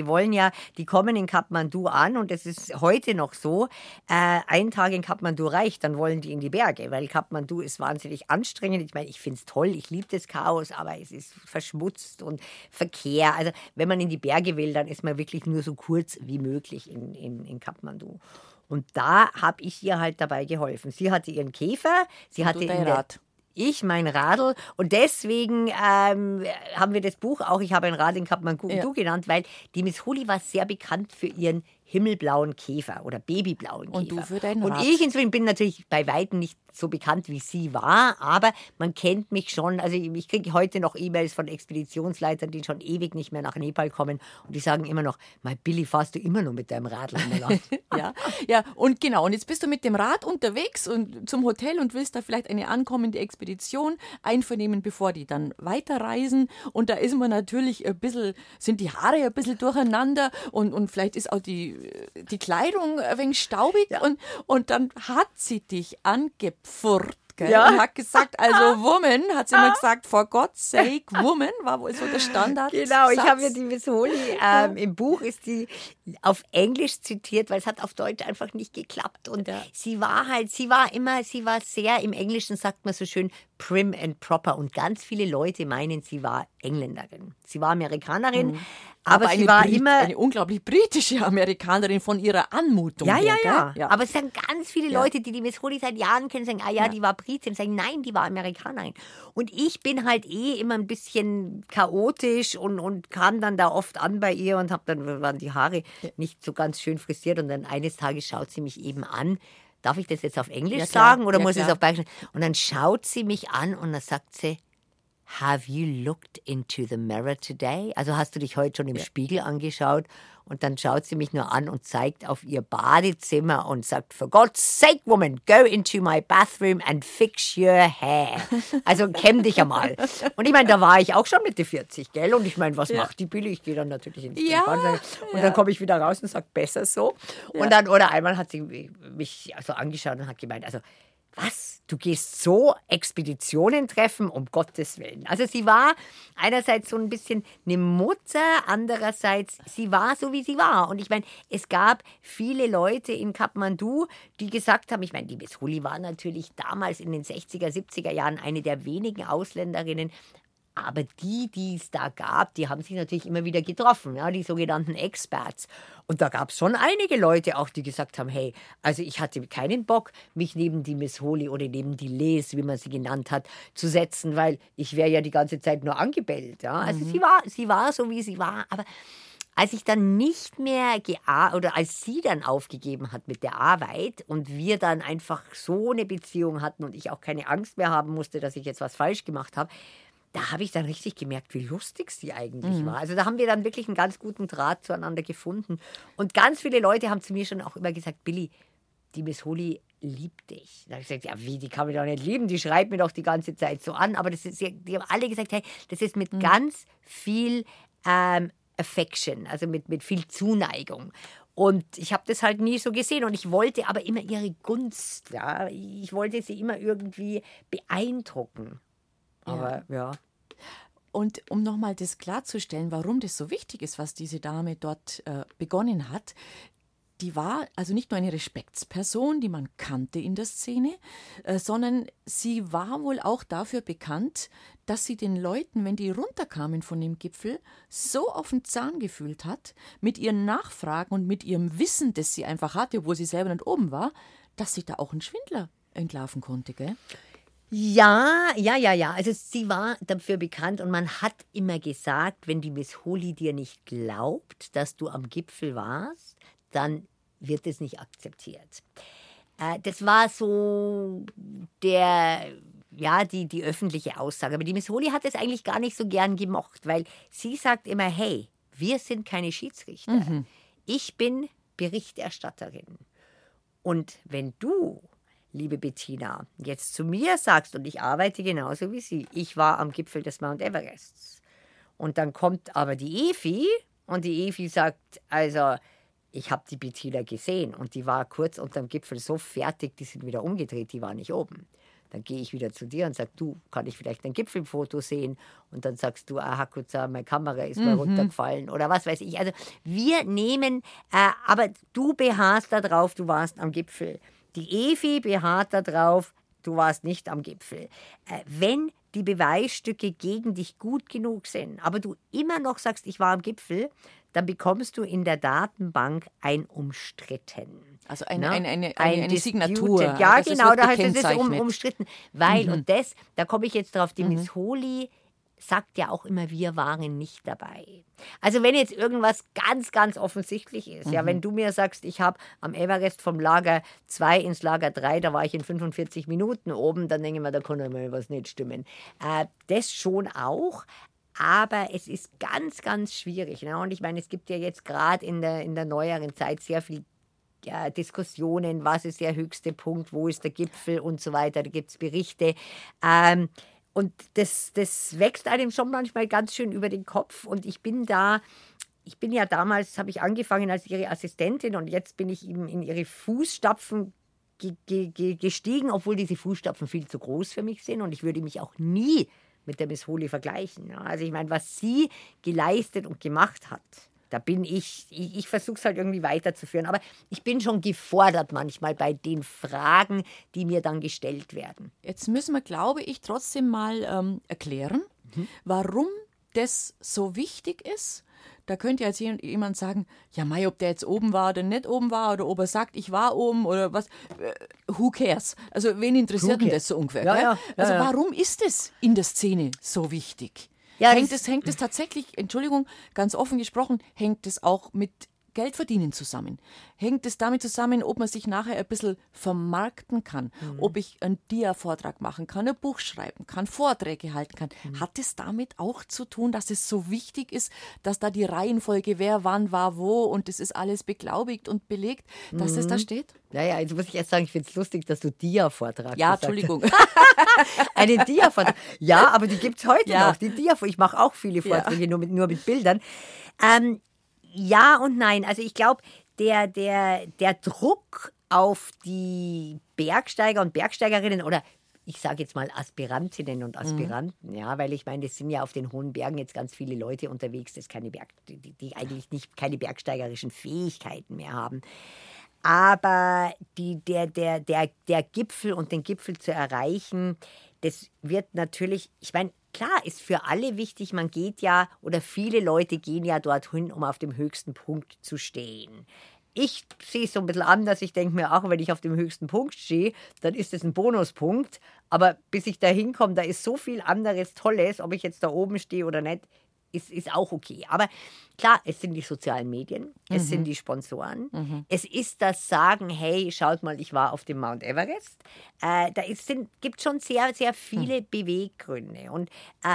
C: Die kommen in Kathmandu an und das ist heute noch so, ein Tag in Kathmandu reicht, dann wollen die in die Berge, weil Kathmandu ist wahnsinnig anstrengend. Ich meine, ich finde es toll, ich liebe das Chaos, aber es ist verschmutzt und Verkehr. Also wenn man in die Berge will, dann ist man wirklich nur so kurz wie möglich in Kathmandu. Und da habe ich ihr halt dabei geholfen. Sie hatte ihren Käfer, sie hatte ich mein Radl. Und deswegen haben wir das Buch auch, ich habe ein Rad in Kathmandu genannt, weil die Miss Holy war sehr bekannt für ihren himmelblauen Käfer oder babyblauen Käfer.
B: Und du für dein Rad.
C: Und ich inzwischen bin natürlich bei Weitem nicht so bekannt, wie sie war, aber man kennt mich schon. Also ich kriege heute noch E-Mails von Expeditionsleitern, die schon ewig nicht mehr nach Nepal kommen und die sagen immer noch, mein Billy, fahrst du immer noch mit deinem Radl?
B: ja, und genau. Und jetzt bist du mit dem Rad unterwegs und zum Hotel und willst da vielleicht eine ankommende Expedition einvernehmen, bevor die dann weiterreisen. Und da ist man natürlich sind die Haare ein bisschen durcheinander und vielleicht ist auch die Kleidung ein wenig staubig und dann hat sie dich angepfurrt. Ja. Und hat gesagt, also Woman, hat sie immer gesagt, for God's sake, Woman, war wohl so der Standard.
C: Genau, ich habe ja die Miss Holy, im Buch ist die auf Englisch zitiert, weil es hat auf Deutsch einfach nicht geklappt. Und sie war sehr, im Englischen sagt man so schön, prim and proper. Und ganz viele Leute meinen, sie war Engländerin. Sie war Amerikanerin, aber sie war immer
B: eine unglaublich britische Amerikanerin von ihrer Anmutung.
C: Ja. Aber es sind ganz viele Leute, die Miss Holy seit Jahren kennen, sagen, die war Britin, sagen, nein, die war Amerikanerin. Und ich bin halt immer ein bisschen chaotisch und kam dann da oft an bei ihr und waren die Haare nicht so ganz schön frisiert und dann eines Tages schaut sie mich eben an. Darf ich das jetzt auf Englisch sagen oder muss ich es auf Bayerisch? Und dann schaut sie mich an und dann sagt sie, have you looked into the mirror today? Also hast du dich heute schon im Spiegel angeschaut? Und dann schaut sie mich nur an und zeigt auf ihr Badezimmer und sagt, for God's sake, woman, go into my bathroom and fix your hair. Also kämm dich einmal. Und ich meine, da war ich auch schon Mitte 40, gell? Und ich meine, was macht die Billy? Ich gehe dann natürlich ins Bad. Und dann komme ich wieder raus und sage, besser so. Und dann, oder einmal hat sie mich so angeschaut und hat gemeint, also, was? Du gehst so Expeditionen treffen, um Gottes Willen. Also sie war einerseits so ein bisschen eine Mutter, andererseits sie war so, wie sie war. Und ich meine, es gab viele Leute in Kathmandu, die gesagt haben, ich meine, die Miss Holy war natürlich damals in den 60er, 70er Jahren eine der wenigen Ausländerinnen, aber die es da gab, die haben sich natürlich immer wieder getroffen, die sogenannten Expats. Und da gab es schon einige Leute auch, die gesagt haben, hey, also ich hatte keinen Bock, mich neben die Miss Holy oder neben die Les, wie man sie genannt hat, zu setzen, weil ich wäre ja die ganze Zeit nur angebellt. Ja? Also sie war so, wie sie war, aber als ich dann nicht mehr oder als sie dann aufgegeben hat mit der Arbeit und wir dann einfach so eine Beziehung hatten und ich auch keine Angst mehr haben musste, dass ich jetzt was falsch gemacht habe, da habe ich dann richtig gemerkt, wie lustig sie eigentlich war. Also da haben wir dann wirklich einen ganz guten Draht zueinander gefunden. Und ganz viele Leute haben zu mir schon auch immer gesagt, Billy, die Miss Holly liebt dich. Da habe ich gesagt, ja wie, die kann mich doch nicht lieben, die schreibt mir doch die ganze Zeit so an. Aber das ist, die haben alle gesagt, hey, das ist mit ganz viel Affection, also mit viel Zuneigung. Und ich habe das halt nie so gesehen und ich wollte aber immer ihre Gunst, ja, ich wollte sie immer irgendwie beeindrucken. Aber ja.
B: Und um nochmal das klarzustellen, warum das so wichtig ist, was diese Dame dort begonnen hat, die war also nicht nur eine Respektsperson, die man kannte in der Szene, sondern sie war wohl auch dafür bekannt, dass sie den Leuten, wenn die runterkamen von dem Gipfel, so auf den Zahn gefühlt hat, mit ihren Nachfragen und mit ihrem Wissen, das sie einfach hatte, obwohl sie selber nicht oben war, dass sie da auch einen Schwindler entlarven konnte, gell?
C: Ja. Also sie war dafür bekannt und man hat immer gesagt, wenn die Miss Holly dir nicht glaubt, dass du am Gipfel warst, dann wird es nicht akzeptiert. Das war so die öffentliche Aussage. Aber die Miss Holly hat es eigentlich gar nicht so gern gemocht, weil sie sagt immer, hey, wir sind keine Schiedsrichter. Ich bin Berichterstatterin. Und wenn du, liebe Bettina, jetzt zu mir sagst, und ich arbeite genauso wie sie, ich war am Gipfel des Mount Everests. Und dann kommt aber die Evi und die Evi sagt, also ich habe die Bettina gesehen und die war kurz unterm Gipfel so fertig, die sind wieder umgedreht, die war nicht oben. Dann gehe ich wieder zu dir und sage, du, kann ich vielleicht ein Gipfelfoto sehen? Und dann sagst du, Hakuza, meine Kamera ist mal runtergefallen oder was weiß ich. Also wir nehmen, aber du beharrst darauf, du warst am Gipfel. Die Evi beharrt darauf, du warst nicht am Gipfel. Wenn die Beweisstücke gegen dich gut genug sind, aber du immer noch sagst, ich war am Gipfel, dann bekommst du in der Datenbank ein umstritten.
B: Also eine Signatur.
C: Ja,
B: also
C: genau, da heißt es umstritten. Weil, und da komme ich jetzt drauf, die Miss Holly sagt ja auch immer, wir waren nicht dabei. Also wenn jetzt irgendwas ganz, ganz offensichtlich ist, ja, wenn du mir sagst, ich habe am Everest vom Lager 2 ins Lager 3, da war ich in 45 Minuten oben, dann denke ich mir, da kann ja mal was nicht stimmen. Das schon auch. Aber es ist ganz, ganz schwierig. Ne? Und ich meine, es gibt ja jetzt gerade in der neueren Zeit sehr viel Diskussionen, was ist der höchste Punkt, wo ist der Gipfel und so weiter. Da gibt es Berichte. Und das wächst einem schon manchmal ganz schön über den Kopf. Und ich bin ja damals, habe ich angefangen als ihre Assistentin und jetzt bin ich eben in ihre Fußstapfen gestiegen, obwohl diese Fußstapfen viel zu groß für mich sind. Und ich würde mich auch nie mit der Miss Holly vergleichen. Ja. Also ich meine, was sie geleistet und gemacht hat, da bin ich versuche es halt irgendwie weiterzuführen. Aber ich bin schon gefordert manchmal bei den Fragen, die mir dann gestellt werden.
B: Jetzt müssen wir, glaube ich, trotzdem mal erklären, warum das so wichtig ist. Da könnte jetzt jemand sagen, ja Mai, ob der jetzt oben war oder nicht oben war oder ob er sagt, ich war oben oder was, who cares? Also wen interessiert denn das so ungefähr?
C: Ja.
B: Warum ist es in der Szene so wichtig?
C: Ja,
B: hängt es tatsächlich, Entschuldigung, ganz offen gesprochen, hängt es auch mit Geldverdienen zusammen? Hängt es damit zusammen, ob man sich nachher ein bisschen vermarkten kann, ob ich einen Dia-Vortrag machen kann, ein Buch schreiben kann, Vorträge halten kann? Hat es damit auch zu tun, dass es so wichtig ist, dass da die Reihenfolge, wer wann war wo und das ist alles beglaubigt und belegt, dass es da steht?
C: Naja, jetzt muss ich erst sagen, ich finde es lustig, dass du Dia-Vortrag
B: Ja,
C: gesagt
B: Entschuldigung.
C: Einen Dia-Vortrag. Ja, aber die gibt es heute
B: Ja.
C: noch. Die Ich mache auch viele Vorträge, nur mit Bildern. Ja und nein. Also ich glaube, der Druck auf die Bergsteiger und Bergsteigerinnen oder ich sage jetzt mal Aspirantinnen und Aspiranten, ja, weil ich meine, es sind ja auf den hohen Bergen jetzt ganz viele Leute unterwegs, die eigentlich nicht keine bergsteigerischen Fähigkeiten mehr haben. Aber der Gipfel und den Gipfel zu erreichen, das wird natürlich, ich meine, klar ist für alle wichtig, man geht ja, oder viele Leute gehen ja dorthin, um auf dem höchsten Punkt zu stehen. Ich sehe es so ein bisschen anders. Ich denke mir auch, wenn ich auf dem höchsten Punkt stehe, dann ist es ein Bonuspunkt. Aber bis ich da hinkomme, da ist so viel anderes Tolles, ob ich jetzt da oben stehe oder nicht. ist auch okay. Aber klar, es sind die sozialen Medien, es sind die Sponsoren, es ist das Sagen, hey, schaut mal, ich war auf dem Mount Everest. Gibt schon sehr, sehr viele Beweggründe. Und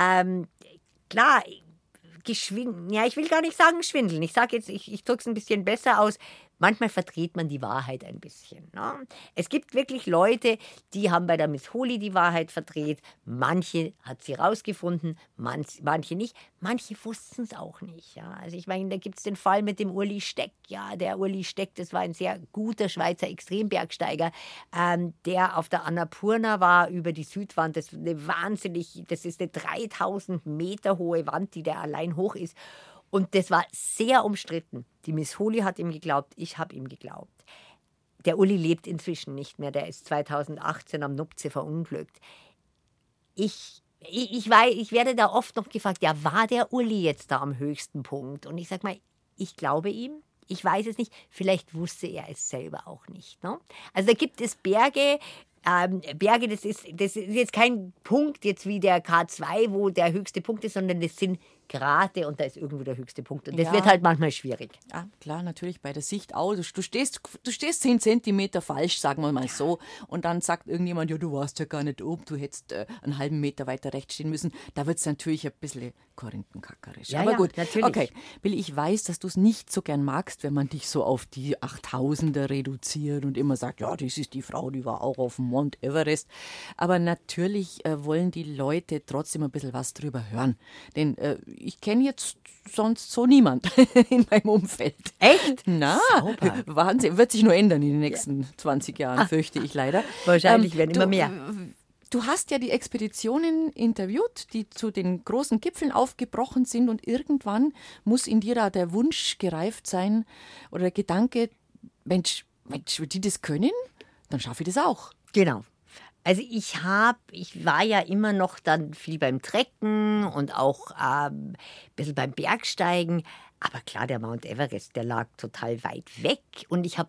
C: klar, ich will gar nicht sagen schwindeln. Ich sage jetzt, ich drücke es ein bisschen besser aus. Manchmal verdreht man die Wahrheit ein bisschen. Ne? Es gibt wirklich Leute, die haben bei der Miss Holy die Wahrheit verdreht. Manche hat sie rausgefunden, manche nicht. Manche wussten es auch nicht. Ja? Also ich meine, da gibt es den Fall mit dem Uli Steck. Ja, der Uli Steck, das war ein sehr guter Schweizer Extrembergsteiger, der auf der Annapurna war über die Südwand. Das ist eine 3000 Meter hohe Wand, die der allein hoch ist. Und das war sehr umstritten. Die Miss Holy hat ihm geglaubt, ich habe ihm geglaubt. Der Uli lebt inzwischen nicht mehr, der ist 2018 am Nupze verunglückt. Ich werde da oft noch gefragt, ja, war der Uli jetzt da am höchsten Punkt? Und ich sage mal, ich glaube ihm. Ich weiß es nicht. Vielleicht wusste er es selber auch nicht. Ne? Also da gibt es Berge, das ist jetzt kein Punkt jetzt wie der K2, wo der höchste Punkt ist, sondern das sind Grate und da ist irgendwo der höchste Punkt. Und das wird halt manchmal schwierig.
B: Ja, klar, natürlich bei der Sicht auch. Du stehst 10 Zentimeter falsch, sagen wir mal so. Und dann sagt irgendjemand, ja, du warst ja gar nicht oben, du hättest einen halben Meter weiter rechts stehen müssen. Da wird es natürlich ein bisschen korinthenkackerisch.
C: Ja,
B: aber
C: ja,
B: gut,
C: natürlich.
B: Okay. Billy, ich weiß, dass du es nicht so gern magst, wenn man dich so auf die 8000er reduziert und immer sagt, ja, das ist die Frau, die war auch auf dem Mount Everest. Aber natürlich wollen die Leute trotzdem ein bisschen was drüber hören. Denn ich kenne jetzt sonst so niemand in meinem Umfeld.
C: Echt?
B: Na,
C: Sauber.
B: Wahnsinn. Wird sich nur ändern in den nächsten 20 Jahren, fürchte ich leider.
C: Wahrscheinlich werden immer mehr.
B: Du hast ja die Expeditionen interviewt, die zu den großen Gipfeln aufgebrochen sind und irgendwann muss in dir da der Wunsch gereift sein oder der Gedanke, Mensch, wenn die das können, dann schaffe ich das auch.
C: Genau. Also ich war ja immer noch dann viel beim Trekken und auch ein bisschen beim Bergsteigen. Aber klar, der Mount Everest, der lag total weit weg. Und ich habe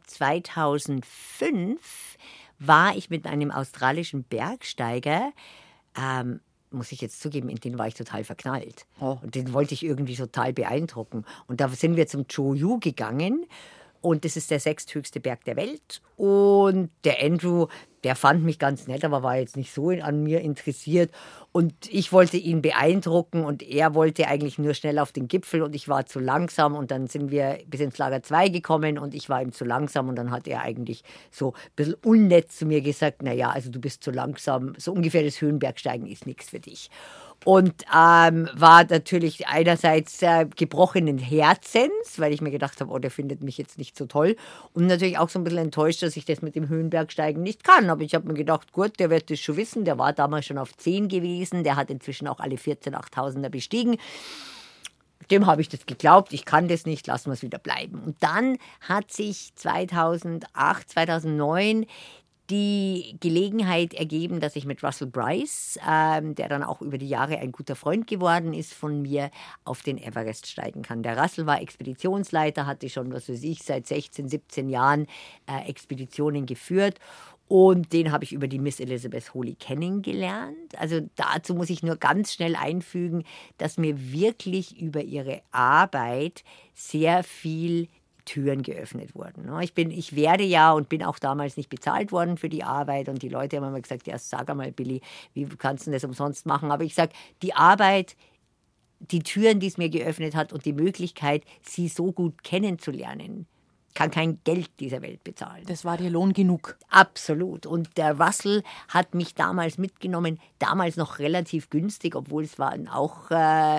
C: 2005 war ich mit einem australischen Bergsteiger, muss ich jetzt zugeben, in den war ich total verknallt.
B: Oh.
C: Und den wollte ich irgendwie total beeindrucken. Und da sind wir zum Cho-Yu gegangen. Und das ist der 6. höchste Berg der Welt. Und der Andrew, der fand mich ganz nett, aber war jetzt nicht so an mir interessiert. Und ich wollte ihn beeindrucken und er wollte eigentlich nur schnell auf den Gipfel und ich war zu langsam. Und dann sind wir bis ins Lager 2 gekommen und ich war ihm zu langsam. Und dann hat er eigentlich so ein bisschen unnett zu mir gesagt, naja, also du bist zu langsam, so ungefähr das Höhenbergsteigen ist nichts für dich. Und war natürlich einerseits gebrochenen Herzens, weil ich mir gedacht habe, oh, der findet mich jetzt nicht so toll. Und natürlich auch so ein bisschen enttäuscht, dass ich das mit dem Höhenbergsteigen nicht kann. Aber ich habe mir gedacht, gut, der wird das schon wissen. Der war damals schon auf 10 gewesen. Der hat inzwischen auch alle 14 8000er bestiegen. Dem habe ich das geglaubt, ich kann das nicht, lassen wir es wieder bleiben. Und dann hat sich 2008, 2009 die Gelegenheit ergeben, dass ich mit Russell Bryce, der dann auch über die Jahre ein guter Freund geworden ist von mir, auf den Everest steigen kann. Der Russell war Expeditionsleiter, hatte schon, was weiß ich, seit 16, 17 Jahren Expeditionen geführt. Und den habe ich über die Miss Elizabeth Holy kennengelernt. Also dazu muss ich nur ganz schnell einfügen, dass mir wirklich über ihre Arbeit sehr viel Türen geöffnet wurden. Ich werde ja und bin auch damals nicht bezahlt worden für die Arbeit und die Leute haben immer gesagt, ja, sag einmal, Billy, wie kannst du das umsonst machen? Aber ich sage, die Arbeit, die Türen, die es mir geöffnet hat und die Möglichkeit, sie so gut kennenzulernen, kann kein Geld dieser Welt bezahlen.
B: Das war dir Lohn genug.
C: Absolut. Und der Russell hat mich damals mitgenommen, damals noch relativ günstig, obwohl es war auch,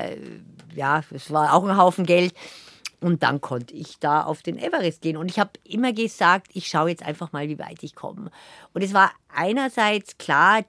C: es war auch ein Haufen Geld. Und dann konnte ich da auf den Everest gehen. Und ich habe immer gesagt, ich schaue jetzt einfach mal, wie weit ich komme. Und es war einerseits klar,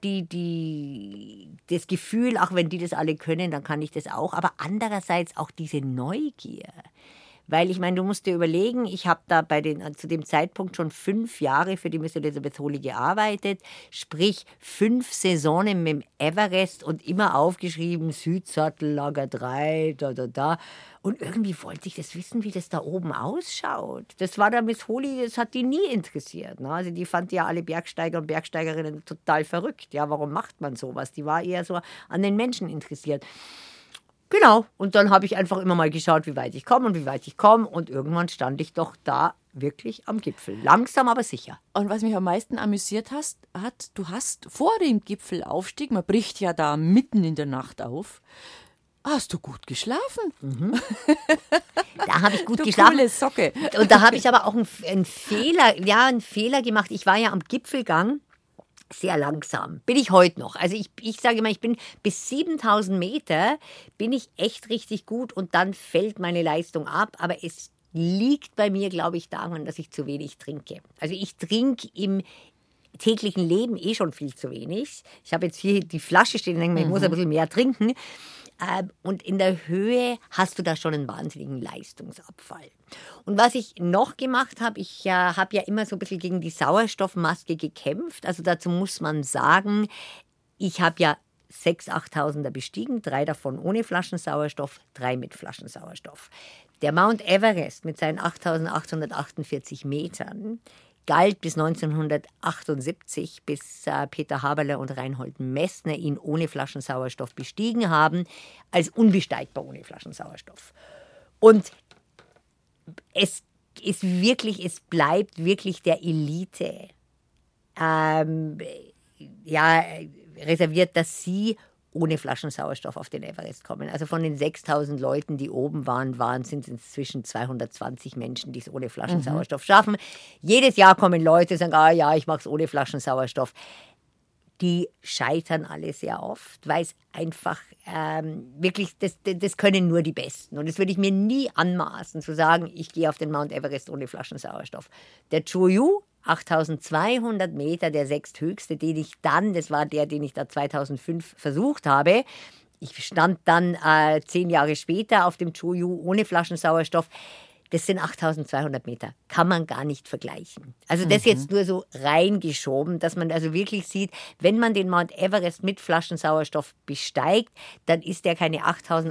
C: das Gefühl, auch wenn die das alle können, dann kann ich das auch. Aber andererseits auch diese Neugier. Weil ich meine, du musst dir überlegen, ich habe da zu dem Zeitpunkt schon 5 Jahre für die Miss Elizabeth Holy gearbeitet, sprich 5 Saisonen mit dem Everest und immer aufgeschrieben, Südsattel, Lager 3, da. Und irgendwie wollte ich das wissen, wie das da oben ausschaut. Das war der Miss Holy, das hat die nie interessiert. Ne? Also die fand ja alle Bergsteiger und Bergsteigerinnen total verrückt. Ja, warum macht man sowas? Die war eher so an den Menschen interessiert. Genau. Und dann habe ich einfach immer mal geschaut, wie weit ich komme und wie weit ich komme. Und irgendwann stand ich doch da wirklich am Gipfel. Langsam, aber sicher.
B: Und was mich am meisten amüsiert du hast vor dem Gipfelaufstieg, man bricht ja da mitten in der Nacht auf, hast du gut geschlafen?
C: Da habe ich gut
B: Du
C: geschlafen.
B: coole Socke.
C: Und da habe ich aber auch einen Fehler gemacht. Ich war ja am Gipfelgang sehr langsam. Bin ich heute noch. Also ich sage immer, ich bin bis 7000 Meter bin ich echt richtig gut und dann fällt meine Leistung ab. Aber es liegt bei mir, glaube ich, daran, dass ich zu wenig trinke. Also ich trinke im täglichen Leben schon viel zu wenig. Ich habe jetzt hier die Flasche stehen und denke mir, ich muss ein bisschen mehr trinken. Und in der Höhe hast du da schon einen wahnsinnigen Leistungsabfall. Und was ich noch gemacht habe, ich habe ja immer so ein bisschen gegen die Sauerstoffmaske gekämpft. Also dazu muss man sagen, ich habe ja 6.000, 8.000er bestiegen, 3 davon ohne Flaschensauerstoff, 3 mit Flaschensauerstoff. Der Mount Everest mit seinen 8.848 Metern galt bis 1978, bis Peter Haberle und Reinhold Messner ihn ohne Flaschensauerstoff bestiegen haben, als unbesteigbar ohne Flaschensauerstoff. Und es bleibt wirklich der Elite reserviert, dass sie ohne Flaschensauerstoff auf den Everest kommen. Also von den 6.000 Leuten, die oben sind es inzwischen 220 Menschen, die es ohne Flaschensauerstoff schaffen. Jedes Jahr kommen Leute, sagen, ich mache es ohne Flaschensauerstoff. Die scheitern alle sehr oft, weil es einfach wirklich, das können nur die Besten. Und das würde ich mir nie anmaßen, zu sagen, ich gehe auf den Mount Everest ohne Flaschensauerstoff. Der Cho-Yu, 8.200 Meter, der sechsthöchste, das war der, den ich da 2005 versucht habe. Ich stand dann 10 Jahre später auf dem Cho-Yu ohne Flaschensauerstoff. Das sind 8.200 Meter. Kann man gar nicht vergleichen. Also das jetzt nur so reingeschoben, dass man also wirklich sieht, wenn man den Mount Everest mit Flaschensauerstoff besteigt, dann ist der keine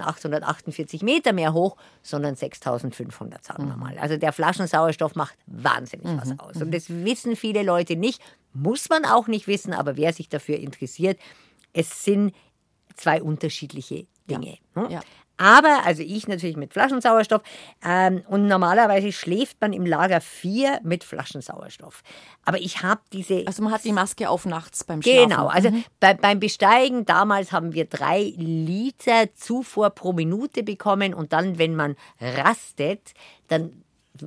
C: 8.848 Meter mehr hoch, sondern 6.500, sagen wir mal. Also der Flaschensauerstoff macht wahnsinnig was aus. Und das wissen viele Leute nicht, muss man auch nicht wissen, aber wer sich dafür interessiert, es sind 2 unterschiedliche Dinge.
B: Ja.
C: Aber, also ich natürlich mit Flaschensauerstoff und normalerweise schläft man im Lager 4 mit Flaschensauerstoff. Aber ich habe diese...
B: Also man hat die Maske auf nachts beim Schlafen.
C: Genau, also beim Besteigen damals haben wir 3 Liter Zufuhr pro Minute bekommen und dann, wenn man rastet, dann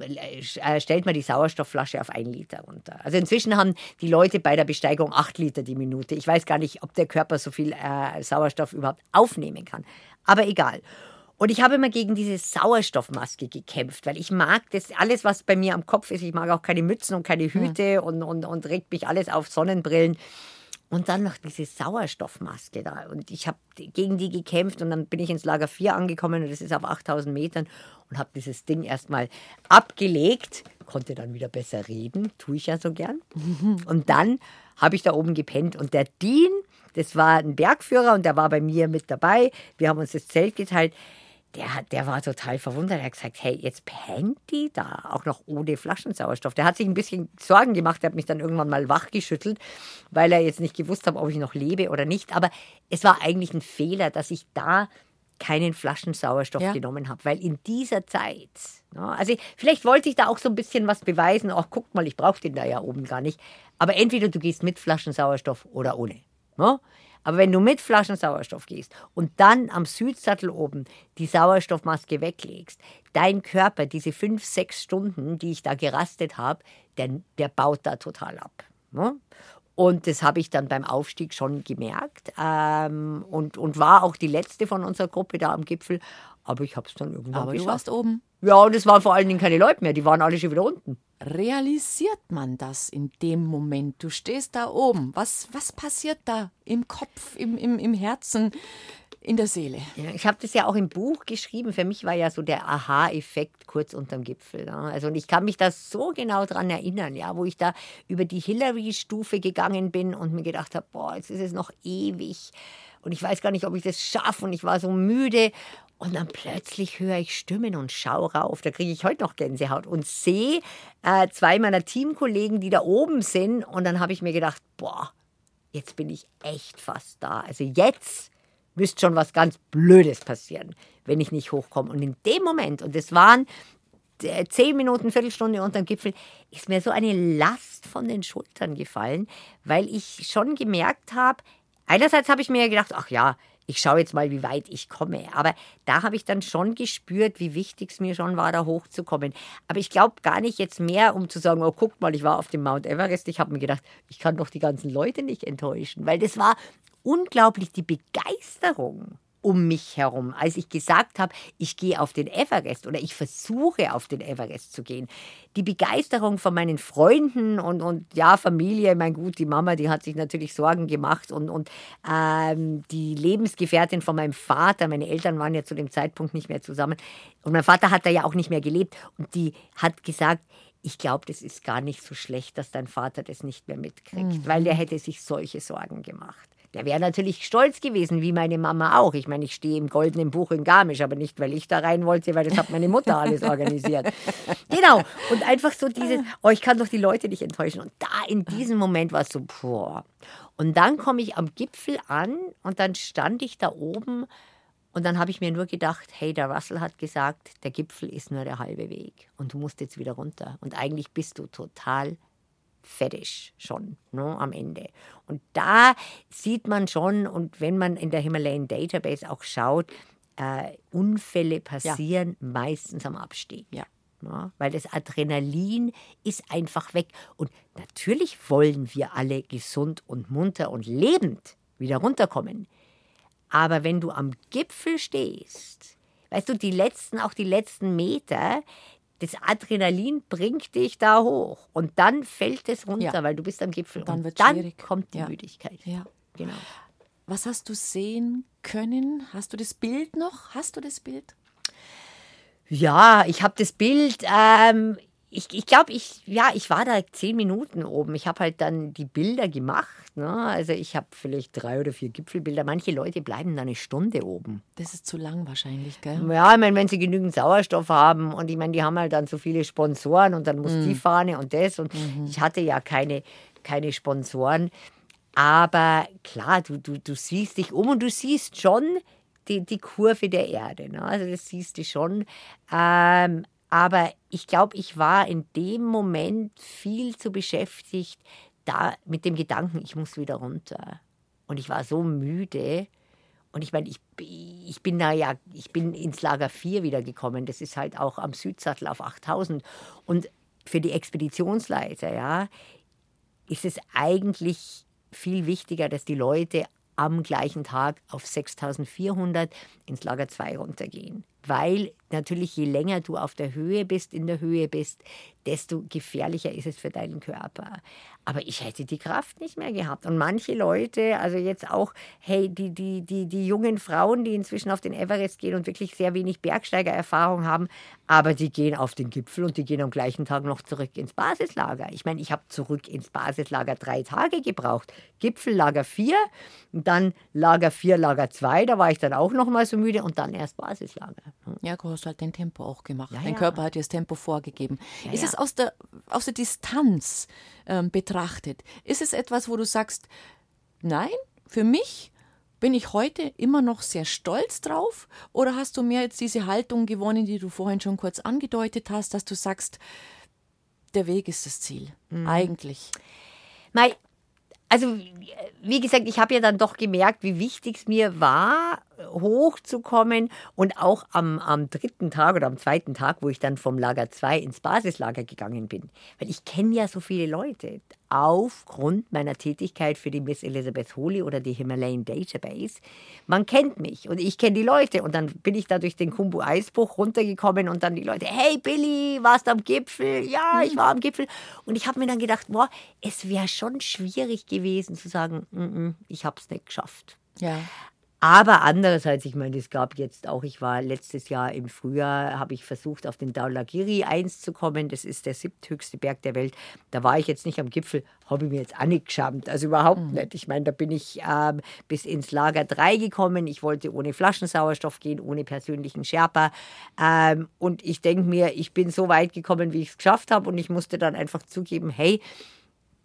C: stellt man die Sauerstoffflasche auf 1 Liter runter. Also inzwischen haben die Leute bei der Besteigung 8 Liter die Minute. Ich weiß gar nicht, ob der Körper so viel Sauerstoff überhaupt aufnehmen kann. Aber egal. Und ich habe immer gegen diese Sauerstoffmaske gekämpft, weil ich mag das alles, was bei mir am Kopf ist. Ich mag auch keine Mützen und keine Hüte und regt mich alles auf, Sonnenbrillen. Und dann noch diese Sauerstoffmaske da. Und ich habe gegen die gekämpft und dann bin ich ins Lager 4 angekommen und das ist auf 8.000 Metern und habe dieses Ding erstmal abgelegt, konnte dann wieder besser reden, tue ich ja so gern. Und dann habe ich da oben gepennt und der Dean, das war ein Bergführer und der war bei mir mit dabei. Wir haben uns das Zelt geteilt. Der war total verwundert. Er hat gesagt, hey, jetzt pennt die da, auch noch ohne Flaschensauerstoff. Der hat sich ein bisschen Sorgen gemacht. Der hat mich dann irgendwann mal wachgeschüttelt, weil er jetzt nicht gewusst hat, ob ich noch lebe oder nicht. Aber es war eigentlich ein Fehler, dass ich da keinen Flaschensauerstoff genommen habe. Weil in dieser Zeit, also vielleicht wollte ich da auch so ein bisschen was beweisen. Ach, guck mal, ich brauche den da ja oben gar nicht. Aber entweder du gehst mit Flaschensauerstoff oder ohne. Aber wenn du mit Flaschensauerstoff gehst und dann am Südsattel oben die Sauerstoffmaske weglegst, dein Körper, diese 5, 6 Stunden, die ich da gerastet habe, der baut da total ab. Und das habe ich dann beim Aufstieg schon gemerkt und war auch die letzte von unserer Gruppe da am Gipfel. Aber ich habe es dann irgendwann
B: Aber
C: geschafft.
B: du warst oben.
C: Ja, und es waren vor allen Dingen keine Leute mehr, die waren alle schon wieder unten.
B: Realisiert man das in dem Moment? Du stehst da oben. Was passiert da im Kopf, im Herzen, in der Seele?
C: Ja, ich habe das ja auch im Buch geschrieben. Für mich war ja so der Aha-Effekt kurz unterm Gipfel. Also, und ich kann mich da so genau dran erinnern, wo ich da über die Hillary-Stufe gegangen bin und mir gedacht habe, jetzt ist es noch ewig. Und ich weiß gar nicht, ob ich das schaffe. Und ich war so müde. Und dann plötzlich höre ich Stimmen und schaue rauf. Da kriege ich heute noch Gänsehaut und sehe 2 meiner Teamkollegen, die da oben sind. Und dann habe ich mir gedacht, jetzt bin ich echt fast da. Also jetzt müsste schon was ganz Blödes passieren, wenn ich nicht hochkomme. Und in dem Moment, und es waren 10 Minuten, Viertelstunde unter dem Gipfel, ist mir so eine Last von den Schultern gefallen, weil ich schon gemerkt habe, einerseits habe ich mir gedacht, ach ja, ich schaue jetzt mal, wie weit ich komme. Aber da habe ich dann schon gespürt, wie wichtig es mir schon war, da hochzukommen. Aber ich glaube gar nicht jetzt mehr, um zu sagen, oh, guck mal, ich war auf dem Mount Everest. Ich habe mir gedacht, ich kann doch die ganzen Leute nicht enttäuschen, weil das war unglaublich die Begeisterung um mich herum, als ich gesagt habe, ich gehe auf den Everest oder ich versuche auf den Everest zu gehen. Die Begeisterung von meinen Freunden und ja, Familie, mein Gut, die Mama, die hat sich natürlich Sorgen gemacht und die Lebensgefährtin von meinem Vater, meine Eltern waren ja zu dem Zeitpunkt nicht mehr zusammen und mein Vater hat da ja auch nicht mehr gelebt und die hat gesagt, ich glaube, das ist gar nicht so schlecht, dass dein Vater das nicht mehr mitkriegt, weil der hätte sich solche Sorgen gemacht. Der wäre natürlich stolz gewesen, wie meine Mama auch. Ich meine, ich stehe im goldenen Buch in Garmisch, aber nicht, weil ich da rein wollte, weil das hat meine Mutter alles organisiert. Genau. Und einfach so dieses, oh, ich kann doch die Leute nicht enttäuschen. Und da in diesem Moment war es so, boah. Und dann komme ich am Gipfel an und dann stand ich da oben und dann habe ich mir nur gedacht, hey, der Russell hat gesagt, der Gipfel ist nur der halbe Weg und du musst jetzt wieder runter. Und eigentlich bist du total fertig schon, ne, am Ende. Und da sieht man schon, und wenn man in der Himalayan Database auch schaut, Unfälle passieren meistens am Abstieg.
B: Ja.
C: Ja, weil das Adrenalin ist einfach weg. Und natürlich wollen wir alle gesund und munter und lebend wieder runterkommen. Aber wenn du am Gipfel stehst, weißt du, die letzten Meter, das Adrenalin bringt dich da hoch und dann fällt es runter, weil du bist am Gipfel.
B: Dann
C: und dann
B: schwierig.
C: kommt die Müdigkeit.
B: Ja.
C: Genau.
B: Was hast du sehen können? Hast du das Bild noch?
C: Ja, ich habe das Bild. Ich glaube, ich war da 10 Minuten oben. Ich habe halt dann die Bilder gemacht. Ne? Also ich habe vielleicht 3 oder 4 Gipfelbilder. Manche Leute bleiben da eine Stunde oben.
B: Das ist zu lang wahrscheinlich, gell?
C: Ja, ich meine, wenn sie genügend Sauerstoff haben und ich meine, die haben halt dann so viele Sponsoren und dann muss die Fahne und das und ich hatte ja keine Sponsoren. Aber klar, du siehst dich um und du siehst schon die Kurve der Erde. Ne? Also das siehst du schon. Aber ich glaube, ich war in dem Moment viel zu beschäftigt da mit dem Gedanken, ich muss wieder runter. Und ich war so müde. Und ich meine, ich bin ins Lager 4 wiedergekommen. Das ist halt auch am Südsattel auf 8000. Und für die Expeditionsleiter, ja, ist es eigentlich viel wichtiger, dass die Leute am gleichen Tag auf 6400 ins Lager 2 runtergehen. Weil natürlich, je länger du in der Höhe bist, desto gefährlicher ist es für deinen Körper. Aber ich hätte die Kraft nicht mehr gehabt. Und manche Leute, also jetzt auch, hey, die jungen Frauen, die inzwischen auf den Everest gehen und wirklich sehr wenig Bergsteigererfahrung haben, aber die gehen auf den Gipfel und die gehen am gleichen Tag noch zurück ins Basislager. Ich meine, ich habe zurück ins Basislager 3 Tage gebraucht. Gipfel Lager 4, dann Lager 4, Lager 2, da war ich dann auch noch mal so müde und dann erst Basislager.
B: Ja, du hast halt den Tempo auch gemacht.
C: Ja,
B: Dein Körper hat dir das Tempo vorgegeben.
C: Ja,
B: ist es aus der Distanz betrachtet, ist es etwas, wo du sagst, nein, für mich bin ich heute immer noch sehr stolz drauf? Oder hast du mehr jetzt diese Haltung gewonnen, die du vorhin schon kurz angedeutet hast, dass du sagst, der Weg ist das Ziel, eigentlich?
C: Also, wie gesagt, ich habe ja dann doch gemerkt, wie wichtig es mir war, hochzukommen und auch am 3. Tag oder am 2. Tag, wo ich dann vom Lager 2 ins Basislager gegangen bin. Weil ich kenne ja so viele Leute aufgrund meiner Tätigkeit für die Miss Elizabeth Holy oder die Himalayan Database. Man kennt mich und ich kenne die Leute und dann bin ich da durch den Khumbu-Eisbruch runtergekommen und dann die Leute, hey Billy, warst du am Gipfel? Ja, ich war am Gipfel. Und ich habe mir dann gedacht, boah, es wäre schon schwierig gewesen zu sagen, ich habe es nicht geschafft.
B: Ja.
C: Aber andererseits, ich meine, es gab jetzt auch, ich war letztes Jahr im Frühjahr, habe ich versucht, auf den Dhaulagiri 1 zu kommen. Das ist der 7. höchste Berg der Welt. Da war ich jetzt nicht am Gipfel, habe ich mir jetzt auch nicht geschämt. Also überhaupt nicht. Ich meine, da bin ich bis ins Lager 3 gekommen. Ich wollte ohne Flaschensauerstoff gehen, ohne persönlichen Sherpa. Und ich denke mir, ich bin so weit gekommen, wie ich es geschafft habe. Und ich musste dann einfach zugeben, hey,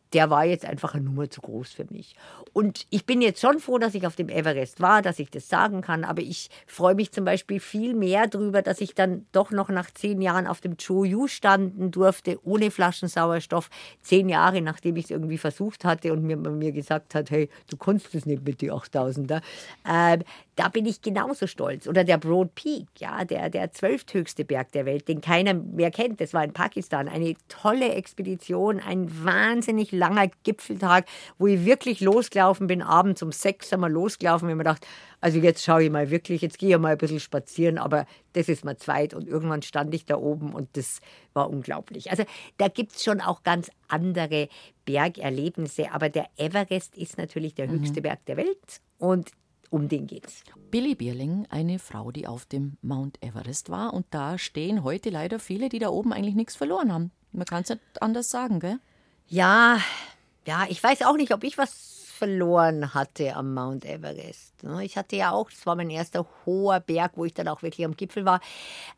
C: der war jetzt einfach eine Nummer zu groß für mich. Und ich bin jetzt schon froh, dass ich auf dem Everest war, dass ich das sagen kann. Aber ich freue mich zum Beispiel viel mehr darüber, dass ich dann doch noch nach 10 Jahren auf dem Cho-Yu standen durfte, ohne Flaschensauerstoff. 10 Jahre, nachdem ich es irgendwie versucht hatte und mir gesagt hat, hey, du kannst es nicht mit die 8000er. Da bin ich genauso stolz. Oder der Broad Peak, ja, der 12. höchste Berg der Welt, den keiner mehr kennt. Das war in Pakistan. Eine tolle Expedition, ein wahnsinnig langer Gipfeltag, wo ich wirklich losgelaufen bin. Abends um 6 sind wir losgelaufen. Und ich mir gedacht, also jetzt schaue ich mal wirklich, jetzt gehe ich mal ein bisschen spazieren, aber das ist mir zweit. Und irgendwann stand ich da oben und das war unglaublich. Also da gibt es schon auch ganz andere Bergerlebnisse. Aber der Everest ist natürlich der höchste Berg der Welt und um den geht's.
B: Billy Bierling, eine Frau, die auf dem Mount Everest war. Und da stehen heute leider viele, die da oben eigentlich nichts verloren haben. Man kann es nicht anders sagen, gell?
C: Ja, ich weiß auch nicht, ob ich was verloren hatte am Mount Everest. Ich hatte ja auch, das war mein erster hoher Berg, wo ich dann auch wirklich am Gipfel war.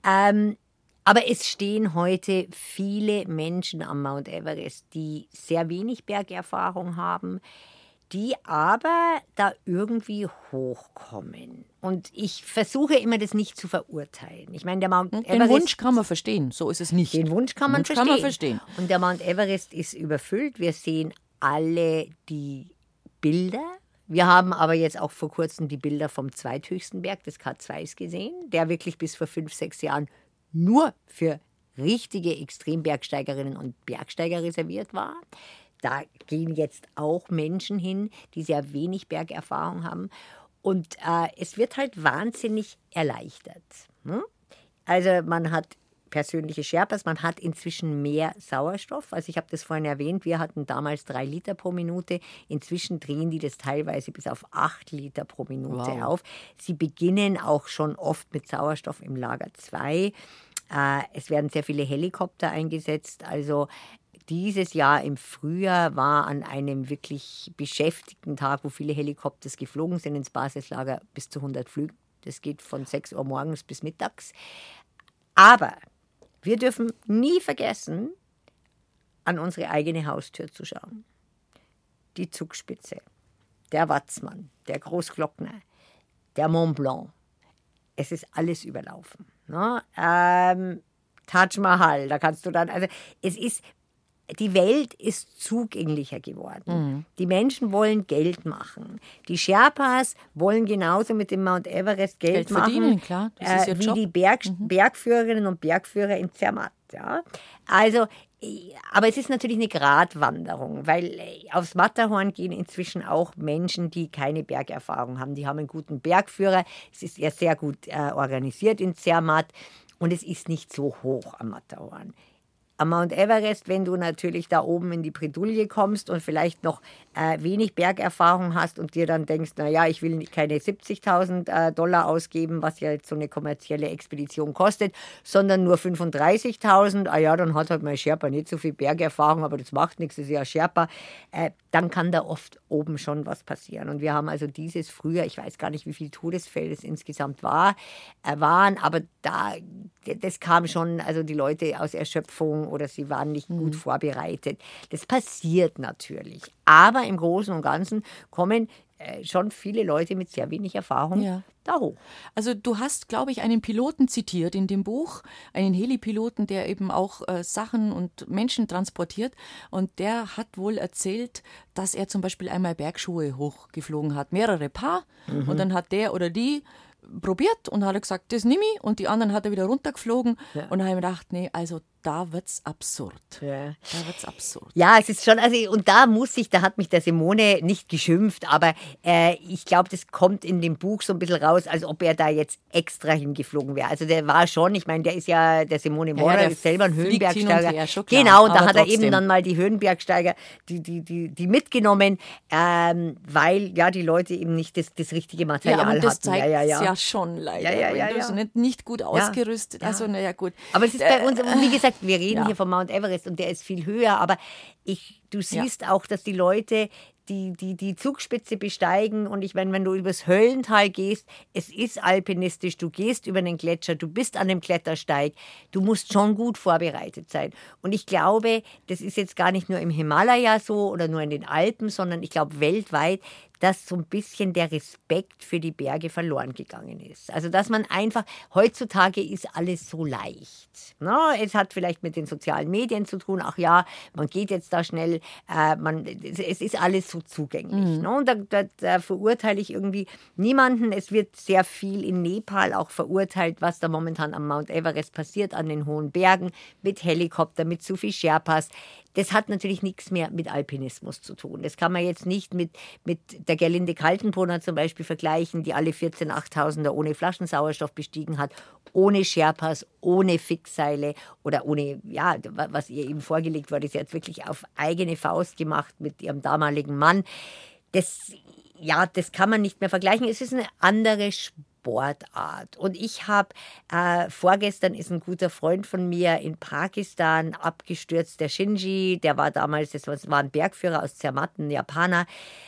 C: Aber es stehen heute viele Menschen am Mount Everest, die sehr wenig Bergerfahrung haben, die aber da irgendwie hochkommen. Und ich versuche immer, das nicht zu verurteilen. Ich meine, der Mount Everest...
B: Den Wunsch kann man verstehen, so ist es nicht.
C: Den Wunsch kann man verstehen. Und der Mount Everest ist überfüllt. Wir sehen alle die Bilder. Wir haben aber jetzt auch vor kurzem die Bilder vom zweithöchsten Berg, des K2s, gesehen, der wirklich bis vor 5, 6 Jahren nur für richtige Extrembergsteigerinnen und Bergsteiger reserviert war. Da gehen jetzt auch Menschen hin, die sehr wenig Bergerfahrung haben. Und es wird halt wahnsinnig erleichtert. Also man hat persönliche Sherpas, man hat inzwischen mehr Sauerstoff. Also ich habe das vorhin erwähnt, wir hatten damals 3 Liter pro Minute. Inzwischen drehen die das teilweise bis auf 8 Liter pro Minute auf. Sie beginnen auch schon oft mit Sauerstoff im Lager 2. Es werden sehr viele Helikopter eingesetzt. Also dieses Jahr im Frühjahr war an einem wirklich beschäftigten Tag, wo viele Helikopter geflogen sind ins Basislager, bis zu 100 Flügen. Das geht von 6 Uhr morgens bis mittags. Aber wir dürfen nie vergessen, an unsere eigene Haustür zu schauen. Die Zugspitze, der Watzmann, der Großglockner, der Mont Blanc. Es ist alles überlaufen. Taj Mahal, da kannst du dann, also es ist... Die Welt ist zugänglicher geworden. Die Menschen wollen Geld machen. Die Sherpas wollen genauso mit dem Mount Everest Geld machen,
B: verdienen, klar. Das ist ihr Job.
C: Wie die Bergführerinnen und Bergführer in Zermatt. Ja? Also, aber es ist natürlich eine Gratwanderung, weil aufs Matterhorn gehen inzwischen auch Menschen, die keine Bergerfahrung haben. Die haben einen guten Bergführer. Es ist ja sehr gut organisiert in Zermatt und es ist nicht so hoch am Matterhorn. Am Mount Everest, wenn du natürlich da oben in die Bredouille kommst und vielleicht noch wenig Bergerfahrung hast und dir dann denkst, naja, ich will keine 70.000 Dollar ausgeben, was ja jetzt so eine kommerzielle Expedition kostet, sondern nur 35.000, ja, dann hat halt mein Sherpa nicht so viel Bergerfahrung, aber das macht nichts, das ist ja Sherpa, dann kann da oft oben schon was passieren. Und wir haben also dieses Frühjahr, ich weiß gar nicht, wie viele Todesfälle es insgesamt waren, aber das kam schon, also die Leute aus Erschöpfung oder sie waren nicht gut vorbereitet. Das passiert natürlich. Aber im Großen und Ganzen kommen schon viele Leute mit sehr wenig Erfahrung da hoch.
B: Also du hast, glaube ich, einen Piloten zitiert in dem Buch, einen Helipiloten, der eben auch Sachen und Menschen transportiert. Und der hat wohl erzählt, dass er zum Beispiel einmal Bergschuhe hochgeflogen hat, mehrere Paar. Und dann hat der oder die probiert und hat gesagt, das nehme ich. Und die anderen hat er wieder runtergeflogen. Ja. Und dann habe ich mir gedacht, nee, also da wird's absurd.
C: Ja.
B: Da wird's absurd.
C: Ja, es ist schon, also und da hat mich der Simone nicht geschimpft, aber ich glaube, das kommt in dem Buch so ein bisschen raus, als ob er da jetzt extra hingeflogen wäre. Also der war schon, ich meine, der ist ja, der Simone Mora ist selber ein Höhenbergsteiger. Genau, und da hat er eben dann mal die Höhenbergsteiger, die mitgenommen, weil ja die Leute eben nicht das richtige Material hatten.
B: Ja, und das zeigt ja schon leider. Ja. Also nicht gut ausgerüstet. Ja. Also naja, gut.
C: Aber es ist bei uns, wie gesagt, wir reden hier vom Mount Everest und der ist viel höher, aber du siehst auch, dass die Leute, die Zugspitze besteigen. Und ich meine, wenn du übers Höllental gehst, es ist alpinistisch, du gehst über den Gletscher, du bist an dem Klettersteig, du musst schon gut vorbereitet sein. Und ich glaube, das ist jetzt gar nicht nur im Himalaya so oder nur in den Alpen, sondern ich glaube weltweit, dass so ein bisschen der Respekt für die Berge verloren gegangen ist. Also dass man einfach, heutzutage ist alles so leicht. Na, es hat vielleicht mit den sozialen Medien zu tun, ach ja, man geht jetzt da schnell, es ist alles so zugänglich. Ne? Und da verurteile ich irgendwie niemanden. Es wird sehr viel in Nepal auch verurteilt, was da momentan am Mount Everest passiert, an den hohen Bergen, mit Helikopter, mit zu viel Sherpas. Das hat natürlich nichts mehr mit Alpinismus zu tun. Das kann man jetzt nicht mit der Gerlinde Kaltenbrunner zum Beispiel vergleichen, die alle 14 8000er ohne Flaschensauerstoff bestiegen hat, ohne Sherpas, ohne Fixseile oder ohne, ja, was ihr eben vorgelegt wurde, ist jetzt wirklich auf eigene Faust gemacht mit ihrem damaligen Mann. Das kann man nicht mehr vergleichen. Es ist eine andere Sportart. Und ich habe, vorgestern ist ein guter Freund von mir in Pakistan abgestürzt, der Shinji, der war damals, das war ein Bergführer aus Zermatt, ein Japaner.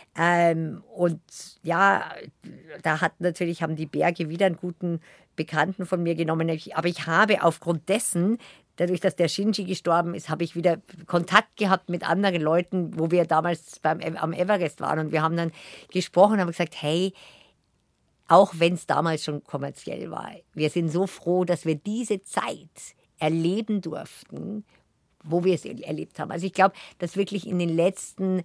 C: Und ja, haben die Berge wieder einen guten Bekannten von mir genommen. Aber ich habe aufgrund dessen, dadurch, dass der Shinji gestorben ist, habe ich wieder Kontakt gehabt mit anderen Leuten, wo wir damals am Everest waren. Und wir haben dann gesprochen und haben gesagt, hey, auch wenn es damals schon kommerziell war, wir sind so froh, dass wir diese Zeit erleben durften, wo wir es erlebt haben. Also ich glaube, dass wirklich in den letzten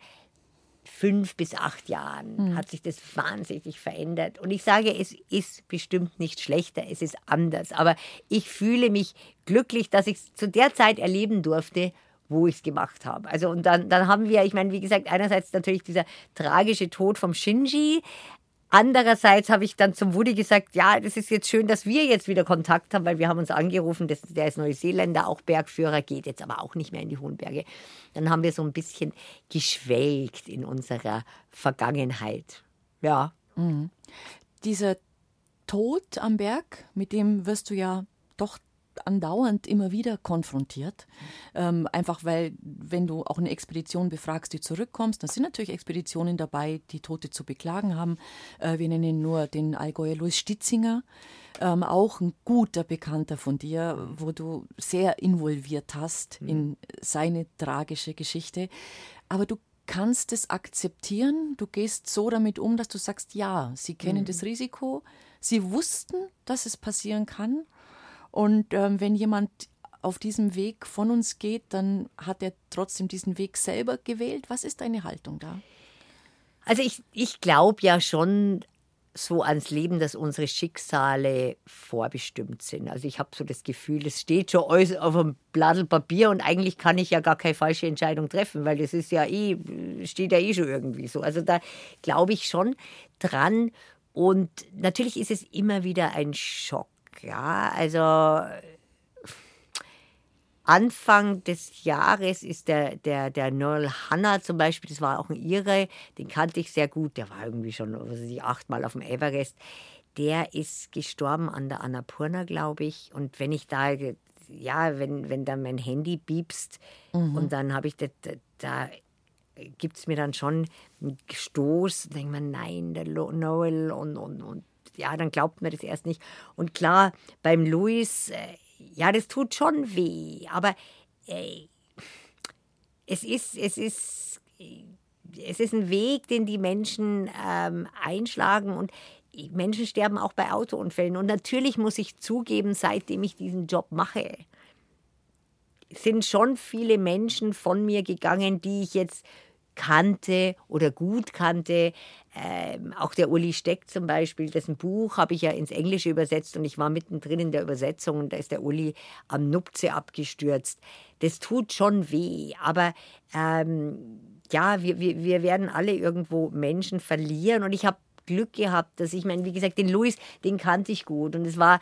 C: 5 bis 8 Jahren hat sich das wahnsinnig verändert. Und ich sage, es ist bestimmt nicht schlechter, es ist anders. Aber ich fühle mich glücklich, dass ich es zu der Zeit erleben durfte, wo ich es gemacht habe. Also und dann haben wir, ich meine, wie gesagt, einerseits natürlich dieser tragische Tod vom Shinji. Andererseits habe ich dann zum Woody gesagt, ja, das ist jetzt schön, dass wir jetzt wieder Kontakt haben, weil wir haben uns angerufen, der ist Neuseeländer, auch Bergführer, geht jetzt aber auch nicht mehr in die hohen Berge. Dann haben wir so ein bisschen geschwelgt in unserer Vergangenheit. Ja.
B: Mhm. Dieser Tod am Berg, mit dem wirst du ja doch andauernd immer wieder konfrontiert. Einfach weil, wenn du auch eine Expedition befragst, die zurückkommst, dann sind natürlich Expeditionen dabei, die Tote zu beklagen haben. Wir nennen nur den Allgäuer Louis Stitzinger, auch ein guter Bekannter von dir, wo du sehr involviert hast in seine tragische Geschichte. Aber du kannst es akzeptieren, du gehst so damit um, dass du sagst, ja, sie kennen das Risiko, sie wussten, dass es passieren kann. Und wenn jemand auf diesem Weg von uns geht, dann hat er trotzdem diesen Weg selber gewählt. Was ist deine Haltung da?
C: Also ich glaube ja schon so ans Leben, dass unsere Schicksale vorbestimmt sind. Also ich habe so das Gefühl, es steht schon alles auf einem Blatt Papier und eigentlich kann ich ja gar keine falsche Entscheidung treffen, weil das ist ja steht ja schon irgendwie so. Also da glaube ich schon dran. Und natürlich ist es immer wieder ein Schock. Ja, also Anfang des Jahres ist der Noel Hanna zum Beispiel, das war auch ein Ire, den kannte ich sehr gut, der war irgendwie schon 8-mal auf dem Everest. Der ist gestorben an der Annapurna, glaube ich. Und wenn ich da, ja, wenn da mein Handy piepst und dann habe ich da gibt es mir dann schon einen Stoß, denkt man, nein, der Noel und ja, dann glaubt man das erst nicht. Und klar, beim Louis, ja, das tut schon weh, aber es ist ein Weg, den die Menschen einschlagen und Menschen sterben auch bei Autounfällen. Und natürlich muss ich zugeben, seitdem ich diesen Job mache, sind schon viele Menschen von mir gegangen, die ich jetzt kannte oder gut kannte. Auch der Uli Steck zum Beispiel, dessen Buch habe ich ja ins Englische übersetzt und ich war mittendrin in der Übersetzung und da ist der Uli am Nupze abgestürzt. Das tut schon weh, aber ja, wir werden alle irgendwo Menschen verlieren und ich habe Glück gehabt, dass ich meine, wie gesagt, den Louis, den kannte ich gut. Und es war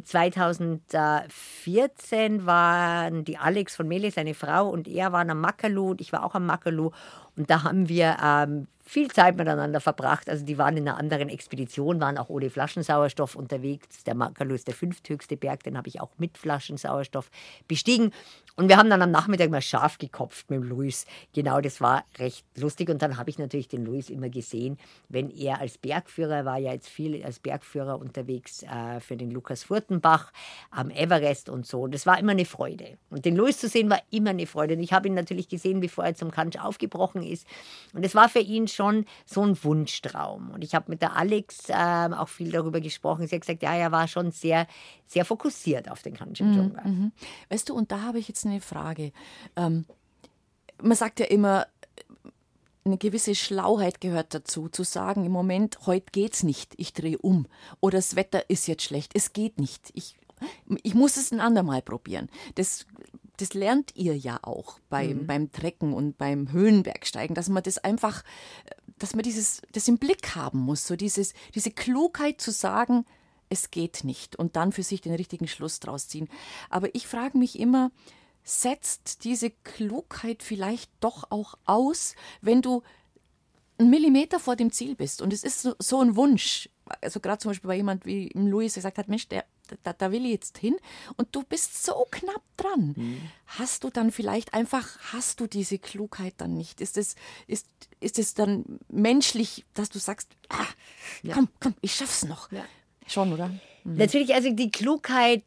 C: 2014 waren die Alex von Mele, seine Frau, und er waren am Makalu und ich war auch am Makalu. Und da haben wir viel Zeit miteinander verbracht. Also die waren in einer anderen Expedition, waren auch ohne Flaschensauerstoff unterwegs. Der Makalu ist der 5. höchste Berg, den habe ich auch mit Flaschensauerstoff bestiegen. Und wir haben dann am Nachmittag mal scharf gekopft mit dem Luis. Genau, das war recht lustig. Und dann habe ich natürlich den Luis immer gesehen, wenn er als Bergführer, war ja jetzt viel als Bergführer unterwegs für den Lukas Furtenbach am Everest und so. Das war immer eine Freude. Und den Luis zu sehen, war immer eine Freude. Und ich habe ihn natürlich gesehen, bevor er zum Kantsch aufgebrochen ist. Und es war für ihn schon so ein Wunschtraum. Und ich habe mit der Alex auch viel darüber gesprochen. Sie hat gesagt, ja, er war schon sehr, sehr fokussiert auf den Kanchenjunga.
B: Weißt du, und da habe ich jetzt eine Frage. Man sagt ja immer, eine gewisse Schlauheit gehört dazu, zu sagen, im Moment, heute geht's nicht, ich drehe um. Oder das Wetter ist jetzt schlecht, es geht nicht. Ich muss es ein andermal probieren. Das lernt ihr ja auch beim Trekken und beim Höhenbergsteigen, dass man das einfach, dass man das im Blick haben muss, so diese Klugheit zu sagen, es geht nicht und dann für sich den richtigen Schluss draus ziehen. Aber ich frage mich immer, setzt diese Klugheit vielleicht doch auch aus, wenn du einen Millimeter vor dem Ziel bist und es ist so ein Wunsch, also gerade zum Beispiel bei jemand wie Luis, der gesagt hat, Mensch, da will ich jetzt hin und du bist so knapp dran. Hast du dann vielleicht hast du diese Klugheit dann nicht? Ist es dann menschlich, dass du sagst, komm, ich schaff's noch? Ja. Schon, oder?
C: Natürlich, also die Klugheit,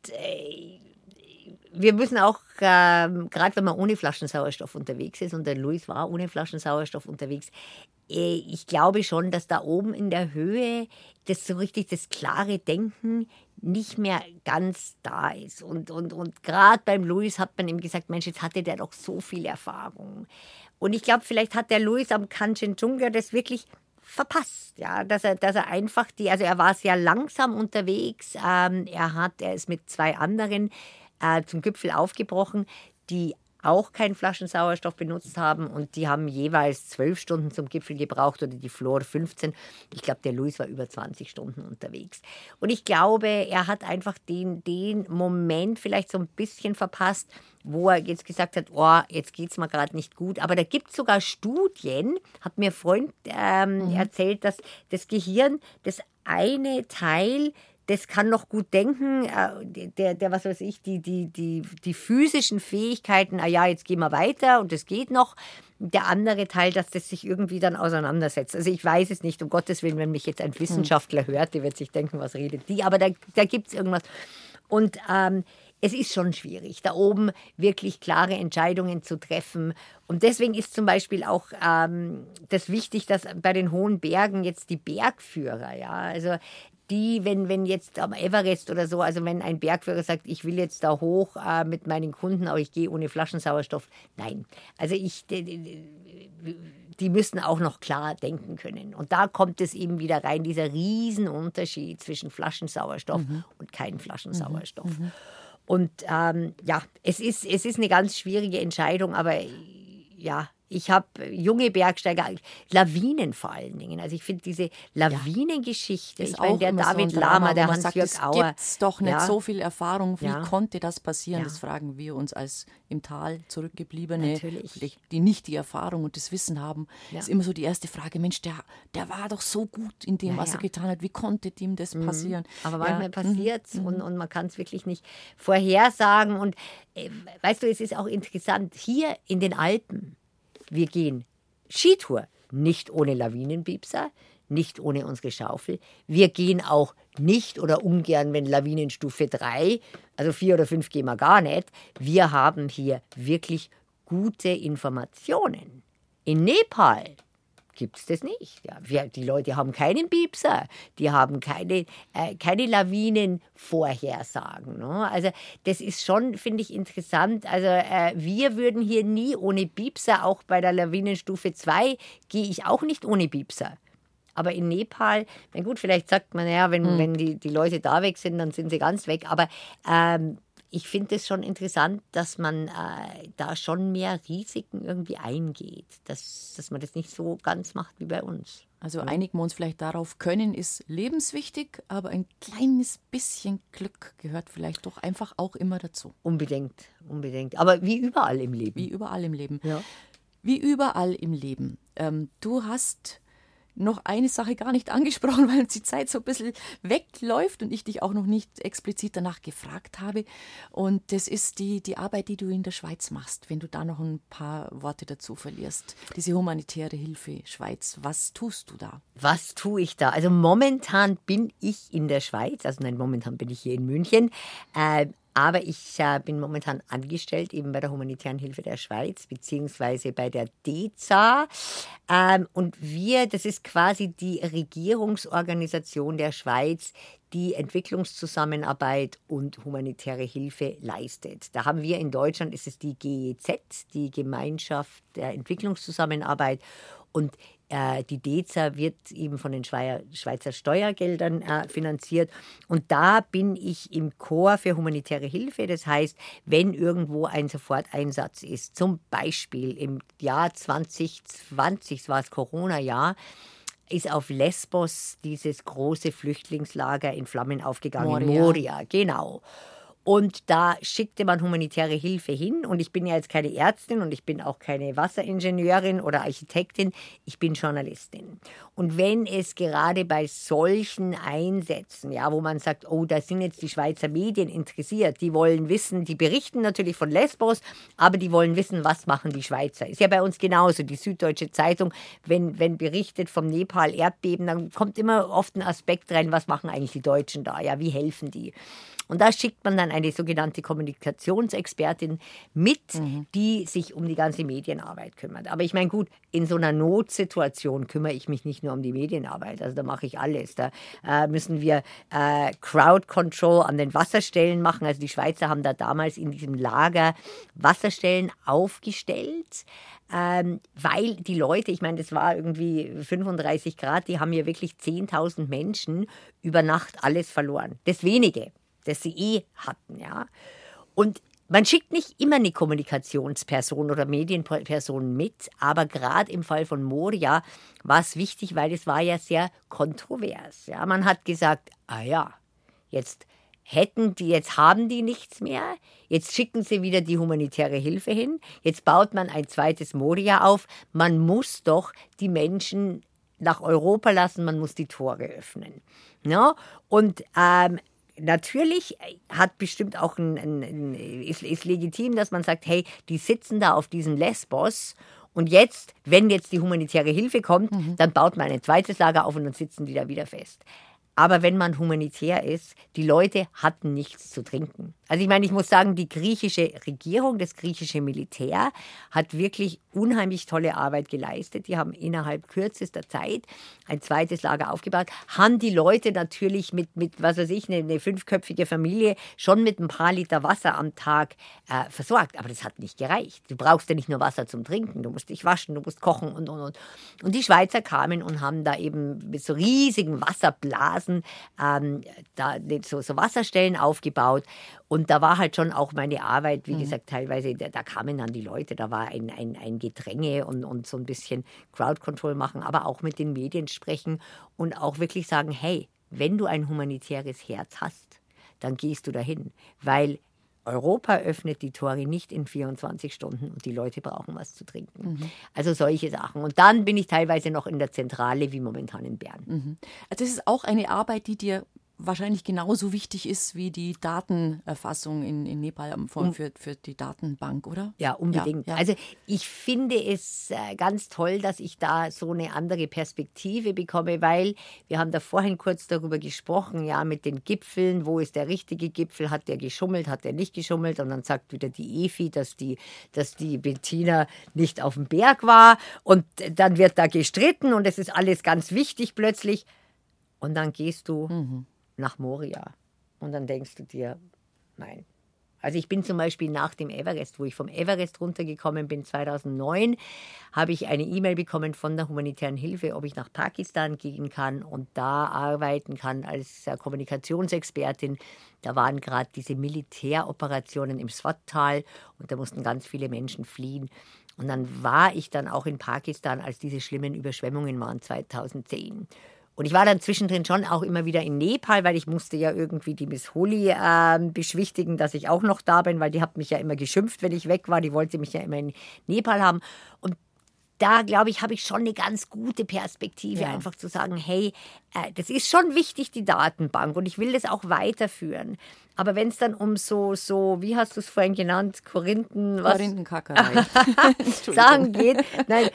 C: wir müssen auch, gerade wenn man ohne Flaschensauerstoff unterwegs ist, und der Luis war ohne Flaschensauerstoff unterwegs, ich glaube schon, dass da oben in der Höhe das so richtig, das klare Denken nicht mehr ganz da ist. Und gerade beim Luis hat man ihm gesagt, Mensch, jetzt hatte der doch so viel Erfahrung. Und ich glaube, vielleicht hat der Luis am Kanchenjunga das wirklich verpasst, ja, dass er einfach also er war sehr langsam unterwegs, er ist mit 2 anderen zum Gipfel aufgebrochen, die auch keinen Flaschensauerstoff benutzt haben und die haben jeweils 12 Stunden zum Gipfel gebraucht oder die Flor 15. Ich glaube, der Luis war über 20 Stunden unterwegs. Und ich glaube, er hat einfach den Moment vielleicht so ein bisschen verpasst, wo er jetzt gesagt hat, jetzt geht es mir gerade nicht gut. Aber da gibt es sogar Studien, hat mir ein Freund erzählt, dass das Gehirn, das eine Teil, das kann noch gut denken, der was weiß ich, die physischen Fähigkeiten, jetzt gehen wir weiter und es geht noch. Der andere Teil, dass das sich irgendwie dann auseinandersetzt. Also ich weiß es nicht, um Gottes Willen, wenn mich jetzt ein Wissenschaftler hört, der wird sich denken, was redet die, aber da gibt es irgendwas. Und es ist schon schwierig, da oben wirklich klare Entscheidungen zu treffen. Und deswegen ist zum Beispiel auch das wichtig, dass bei den hohen Bergen jetzt die Bergführer, also die, wenn jetzt am Everest oder so, also wenn ein Bergführer sagt, ich will jetzt da hoch mit meinen Kunden, aber ich gehe ohne Flaschensauerstoff. Nein, also die müssen auch noch klar denken können. Und da kommt es eben wieder rein, dieser Riesenunterschied zwischen Flaschensauerstoff und kein Flaschensauerstoff. Und es ist eine ganz schwierige Entscheidung, aber ich habe junge Bergsteiger, Lawinen vor allen Dingen. Also ich finde diese Lawinengeschichte,
B: ist
C: ich meine,
B: auch
C: der
B: immer
C: David
B: so ein Drama,
C: Lama, der
B: wo man sagt,
C: Hans-Jörg Auer.
B: Es gibt doch nicht so viel Erfahrung. Wie konnte das passieren?
C: Ja.
B: Das fragen wir uns als im Tal zurückgebliebene,
C: Natürlich.
B: die nicht die Erfahrung und das Wissen haben.
C: Ja.
B: Ist immer so die erste Frage, Mensch, der war doch so gut in dem, was er getan hat. Wie konnte dem das passieren?
C: Aber manchmal passiert es und man kann es wirklich nicht vorhersagen. Und weißt du, es ist auch interessant, hier in den Alpen, wir gehen Skitour, nicht ohne Lawinenpiepser, nicht ohne unsere Schaufel. Wir gehen auch nicht oder ungern, wenn Lawinenstufe 3, also 4 oder 5 gehen wir gar nicht. Wir haben hier wirklich gute Informationen. In Nepal gibt es das nicht. Ja, die Leute haben keinen Piepser, die haben keine Lawinenvorhersagen. Ne? Also das ist schon, finde ich, interessant. Also wir würden hier nie ohne Piepser, auch bei der Lawinenstufe 2 gehe ich auch nicht ohne Piepser. Aber in Nepal, na gut, vielleicht sagt man, wenn die Leute da weg sind, dann sind sie ganz weg. Aber ich finde es schon interessant, dass man da schon mehr Risiken irgendwie eingeht, dass man das nicht so ganz macht wie bei uns.
B: Also einigen wir uns vielleicht darauf, Können ist lebenswichtig, aber ein kleines bisschen Glück gehört vielleicht doch einfach auch immer dazu.
C: Unbedingt. Aber wie überall im Leben.
B: Wie überall im Leben.
C: Ja.
B: Wie überall im Leben. Du hast noch eine Sache gar nicht angesprochen, weil uns die Zeit so ein bisschen wegläuft und ich dich auch noch nicht explizit danach gefragt habe. Und das ist die Arbeit, die du in der Schweiz machst, wenn du da noch ein paar Worte dazu verlierst. Diese humanitäre Hilfe Schweiz, was tust du da?
C: Was tue ich da? Also momentan bin ich in der Schweiz, also nein, momentan bin ich hier in München. Aber ich bin momentan angestellt eben bei der Humanitären Hilfe der Schweiz beziehungsweise bei der DEZA. Und das ist quasi die Regierungsorganisation der Schweiz, die Entwicklungszusammenarbeit und humanitäre Hilfe leistet. Da haben wir in Deutschland, ist es die GEZ, die Gemeinschaft der Entwicklungszusammenarbeit. Und die DEZA wird eben von den Schweizer Steuergeldern finanziert. Und da bin ich im Korps für humanitäre Hilfe. Das heißt, wenn irgendwo ein Soforteinsatz ist, zum Beispiel im Jahr 2020, das war das Corona-Jahr, ist auf Lesbos dieses große Flüchtlingslager in Flammen aufgegangen. Moria, genau. Und da schickte man humanitäre Hilfe hin. Und ich bin ja jetzt keine Ärztin und ich bin auch keine Wasseringenieurin oder Architektin. Ich bin Journalistin. Und wenn es gerade bei solchen Einsätzen, ja, wo man sagt, oh, da sind jetzt die Schweizer Medien interessiert, die wollen wissen, die berichten natürlich von Lesbos, aber die wollen wissen, was machen die Schweizer. Ist ja bei uns genauso. Die Süddeutsche Zeitung, wenn berichtet vom Nepal-Erdbeben, dann kommt immer oft ein Aspekt rein, was machen eigentlich die Deutschen da? Ja, wie helfen die? Und da schickt man dann eine sogenannte Kommunikationsexpertin mit, die sich um die ganze Medienarbeit kümmert. Aber ich meine, gut, in so einer Notsituation kümmere ich mich nicht nur um die Medienarbeit. Also da mache ich alles. Da müssen wir Crowd Control an den Wasserstellen machen. Also die Schweizer haben da damals in diesem Lager Wasserstellen aufgestellt. Weil die Leute, ich meine, das war irgendwie 35 Grad, die haben ja wirklich 10.000 Menschen über Nacht alles verloren. Das wenige, das sie hatten, ja. Und man schickt nicht immer eine Kommunikationsperson oder Medienperson mit, aber gerade im Fall von Moria war es wichtig, weil es war ja sehr kontrovers. Ja. Man hat gesagt, jetzt haben die nichts mehr, jetzt schicken sie wieder die humanitäre Hilfe hin, jetzt baut man ein zweites Moria auf, man muss doch die Menschen nach Europa lassen, man muss die Tore öffnen. Ja? Und natürlich hat bestimmt auch ist legitim, dass man sagt, hey, die sitzen da auf diesem Lesbos und jetzt, wenn jetzt die humanitäre Hilfe kommt, dann baut man ein zweites Lager auf und dann sitzen die da wieder fest. Aber wenn man humanitär ist, die Leute hatten nichts zu trinken. Also ich meine, ich muss sagen, die griechische Regierung, das griechische Militär hat wirklich unheimlich tolle Arbeit geleistet. Die haben innerhalb kürzester Zeit ein zweites Lager aufgebaut, haben die Leute natürlich mit was weiß ich, eine 5-köpfige Familie schon mit ein paar Liter Wasser am Tag versorgt. Aber das hat nicht gereicht. Du brauchst ja nicht nur Wasser zum Trinken, du musst dich waschen, du musst kochen und. Und die Schweizer kamen und haben da eben mit so riesigen Wasserblasen so Wasserstellen aufgebaut. Und da war halt schon auch meine Arbeit, wie gesagt, teilweise, da kamen dann die Leute, da war ein Gedränge und so ein bisschen Crowd-Control machen, aber auch mit den Medien sprechen und auch wirklich sagen, hey, wenn du ein humanitäres Herz hast, dann gehst du dahin, weil Europa öffnet die Tore nicht in 24 Stunden und die Leute brauchen was zu trinken. Also solche Sachen. Und dann bin ich teilweise noch in der Zentrale, wie momentan in Bern.
B: Also das ist auch eine Arbeit, die dir wahrscheinlich genauso wichtig ist wie die Datenerfassung in Nepal für die Datenbank, oder?
C: Ja, unbedingt. Ja. Also ich finde es ganz toll, dass ich da so eine andere Perspektive bekomme, weil wir haben da vorhin kurz darüber gesprochen, ja, mit den Gipfeln, wo ist der richtige Gipfel, hat der geschummelt, hat der nicht geschummelt, und dann sagt wieder die Efi, dass die Bettina nicht auf dem Berg war und dann wird da gestritten und es ist alles ganz wichtig plötzlich und dann gehst du nach Moria. Und dann denkst du dir, nein. Also ich bin zum Beispiel nach dem Everest, wo ich vom Everest runtergekommen bin, 2009, habe ich eine E-Mail bekommen von der Humanitären Hilfe, ob ich nach Pakistan gehen kann und da arbeiten kann als Kommunikationsexpertin. Da waren gerade diese Militäroperationen im Swat-Tal und da mussten ganz viele Menschen fliehen. Und dann war ich dann auch in Pakistan, als diese schlimmen Überschwemmungen waren, 2010. Und ich war dann zwischendrin schon auch immer wieder in Nepal, weil ich musste ja irgendwie die Miss Holi beschwichtigen, dass ich auch noch da bin, weil die hat mich ja immer geschimpft, wenn ich weg war. Die wollte mich ja immer in Nepal haben. Und da, glaube ich, habe ich schon eine ganz gute Perspektive,
B: Ja.
C: einfach zu sagen, hey, das ist schon wichtig, die Datenbank, und ich will das auch weiterführen. Aber wenn es dann um so, wie hast du es vorhin genannt,
B: Korinthenkackerei.
C: Sachen geht, nein,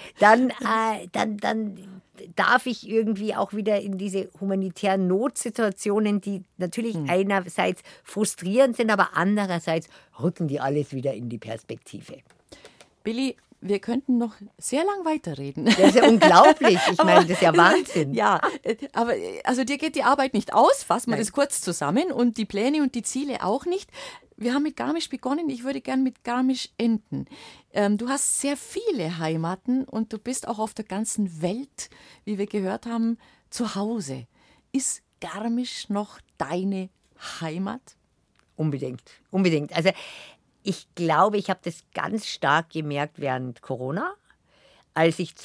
C: dann darf ich irgendwie auch wieder in diese humanitären Notsituationen, die natürlich einerseits frustrierend sind, aber andererseits rücken die alles wieder in die Perspektive.
B: Billy, wir könnten noch sehr lang weiterreden.
C: Das ist ja unglaublich. Ich meine, das ist ja Wahnsinn.
B: Ja, aber also dir geht die Arbeit nicht aus, fassen wir das kurz zusammen, und die Pläne und die Ziele auch nicht. Wir haben mit Garmisch begonnen, ich würde gern mit Garmisch enden. Du hast sehr viele Heimaten und du bist auch auf der ganzen Welt, wie wir gehört haben, zu Hause. Ist Garmisch noch deine Heimat?
C: Unbedingt, unbedingt. Also ich glaube, ich habe das ganz stark gemerkt während Corona. Als ich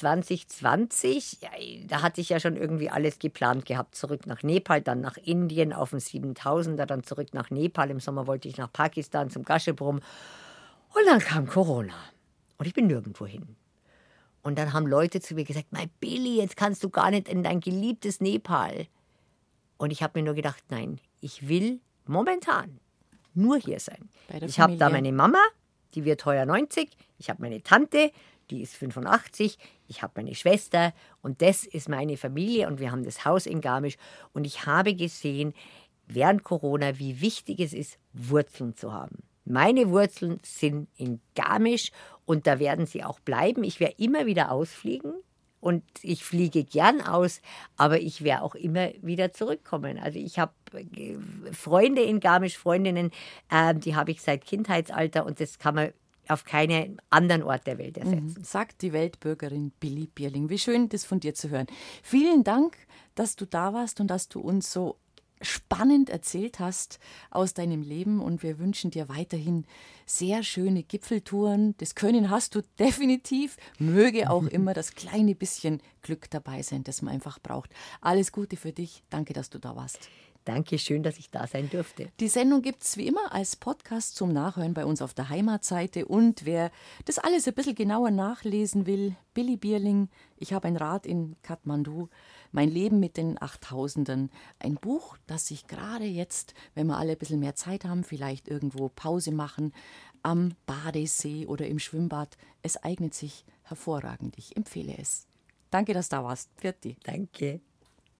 C: 2020, ja, da hatte ich ja schon irgendwie alles geplant gehabt, zurück nach Nepal, dann nach Indien auf den 7000er, dann zurück nach Nepal. Im Sommer wollte ich nach Pakistan zum Gashebrum. Und dann kam Corona und ich bin nirgendwo hin. Und dann haben Leute zu mir gesagt, mein Billy, jetzt kannst du gar nicht in dein geliebtes Nepal. Und ich habe mir nur gedacht, nein, ich will momentan nur hier sein.
B: Bei der
C: Ich habe da
B: Familie.
C: meine Mama, die wird heuer 90. Ich habe meine Tante, die ist 85. Ich habe meine Schwester und das ist meine Familie und wir haben das Haus in Garmisch. Und ich habe gesehen, während Corona, wie wichtig es ist, Wurzeln zu haben. Meine Wurzeln sind in Garmisch und da werden sie auch bleiben. Ich werde immer wieder ausfliegen. Und ich fliege gern aus, aber ich werde auch immer wieder zurückkommen. Also ich habe Freunde in Garmisch, Freundinnen, die habe ich seit Kindheitsalter und das kann man auf keinen anderen Ort der Welt ersetzen.
B: Sagt die Weltbürgerin Billy Bierling. Wie schön, das von dir zu hören. Vielen Dank, dass du da warst und dass du uns so spannend erzählt hast aus deinem Leben, und wir wünschen dir weiterhin sehr schöne Gipfeltouren. Das Können hast du definitiv. Möge auch immer das kleine bisschen Glück dabei sein, das man einfach braucht. Alles Gute für dich. Danke, dass du da warst.
C: Danke, schön, dass ich da sein durfte.
B: Die Sendung gibt es wie immer als Podcast zum Nachhören bei uns auf der Heimatseite. Und wer das alles ein bisschen genauer nachlesen will, Billy Bierling, ich habe ein Rad in Kathmandu, mein Leben mit den 8000ern. Ein Buch, das sich gerade jetzt, wenn wir alle ein bisschen mehr Zeit haben, vielleicht irgendwo Pause machen, am Badesee oder im Schwimmbad. Es eignet sich hervorragend. Ich empfehle es. Danke, dass du da warst. Pfiat dich.
C: Danke.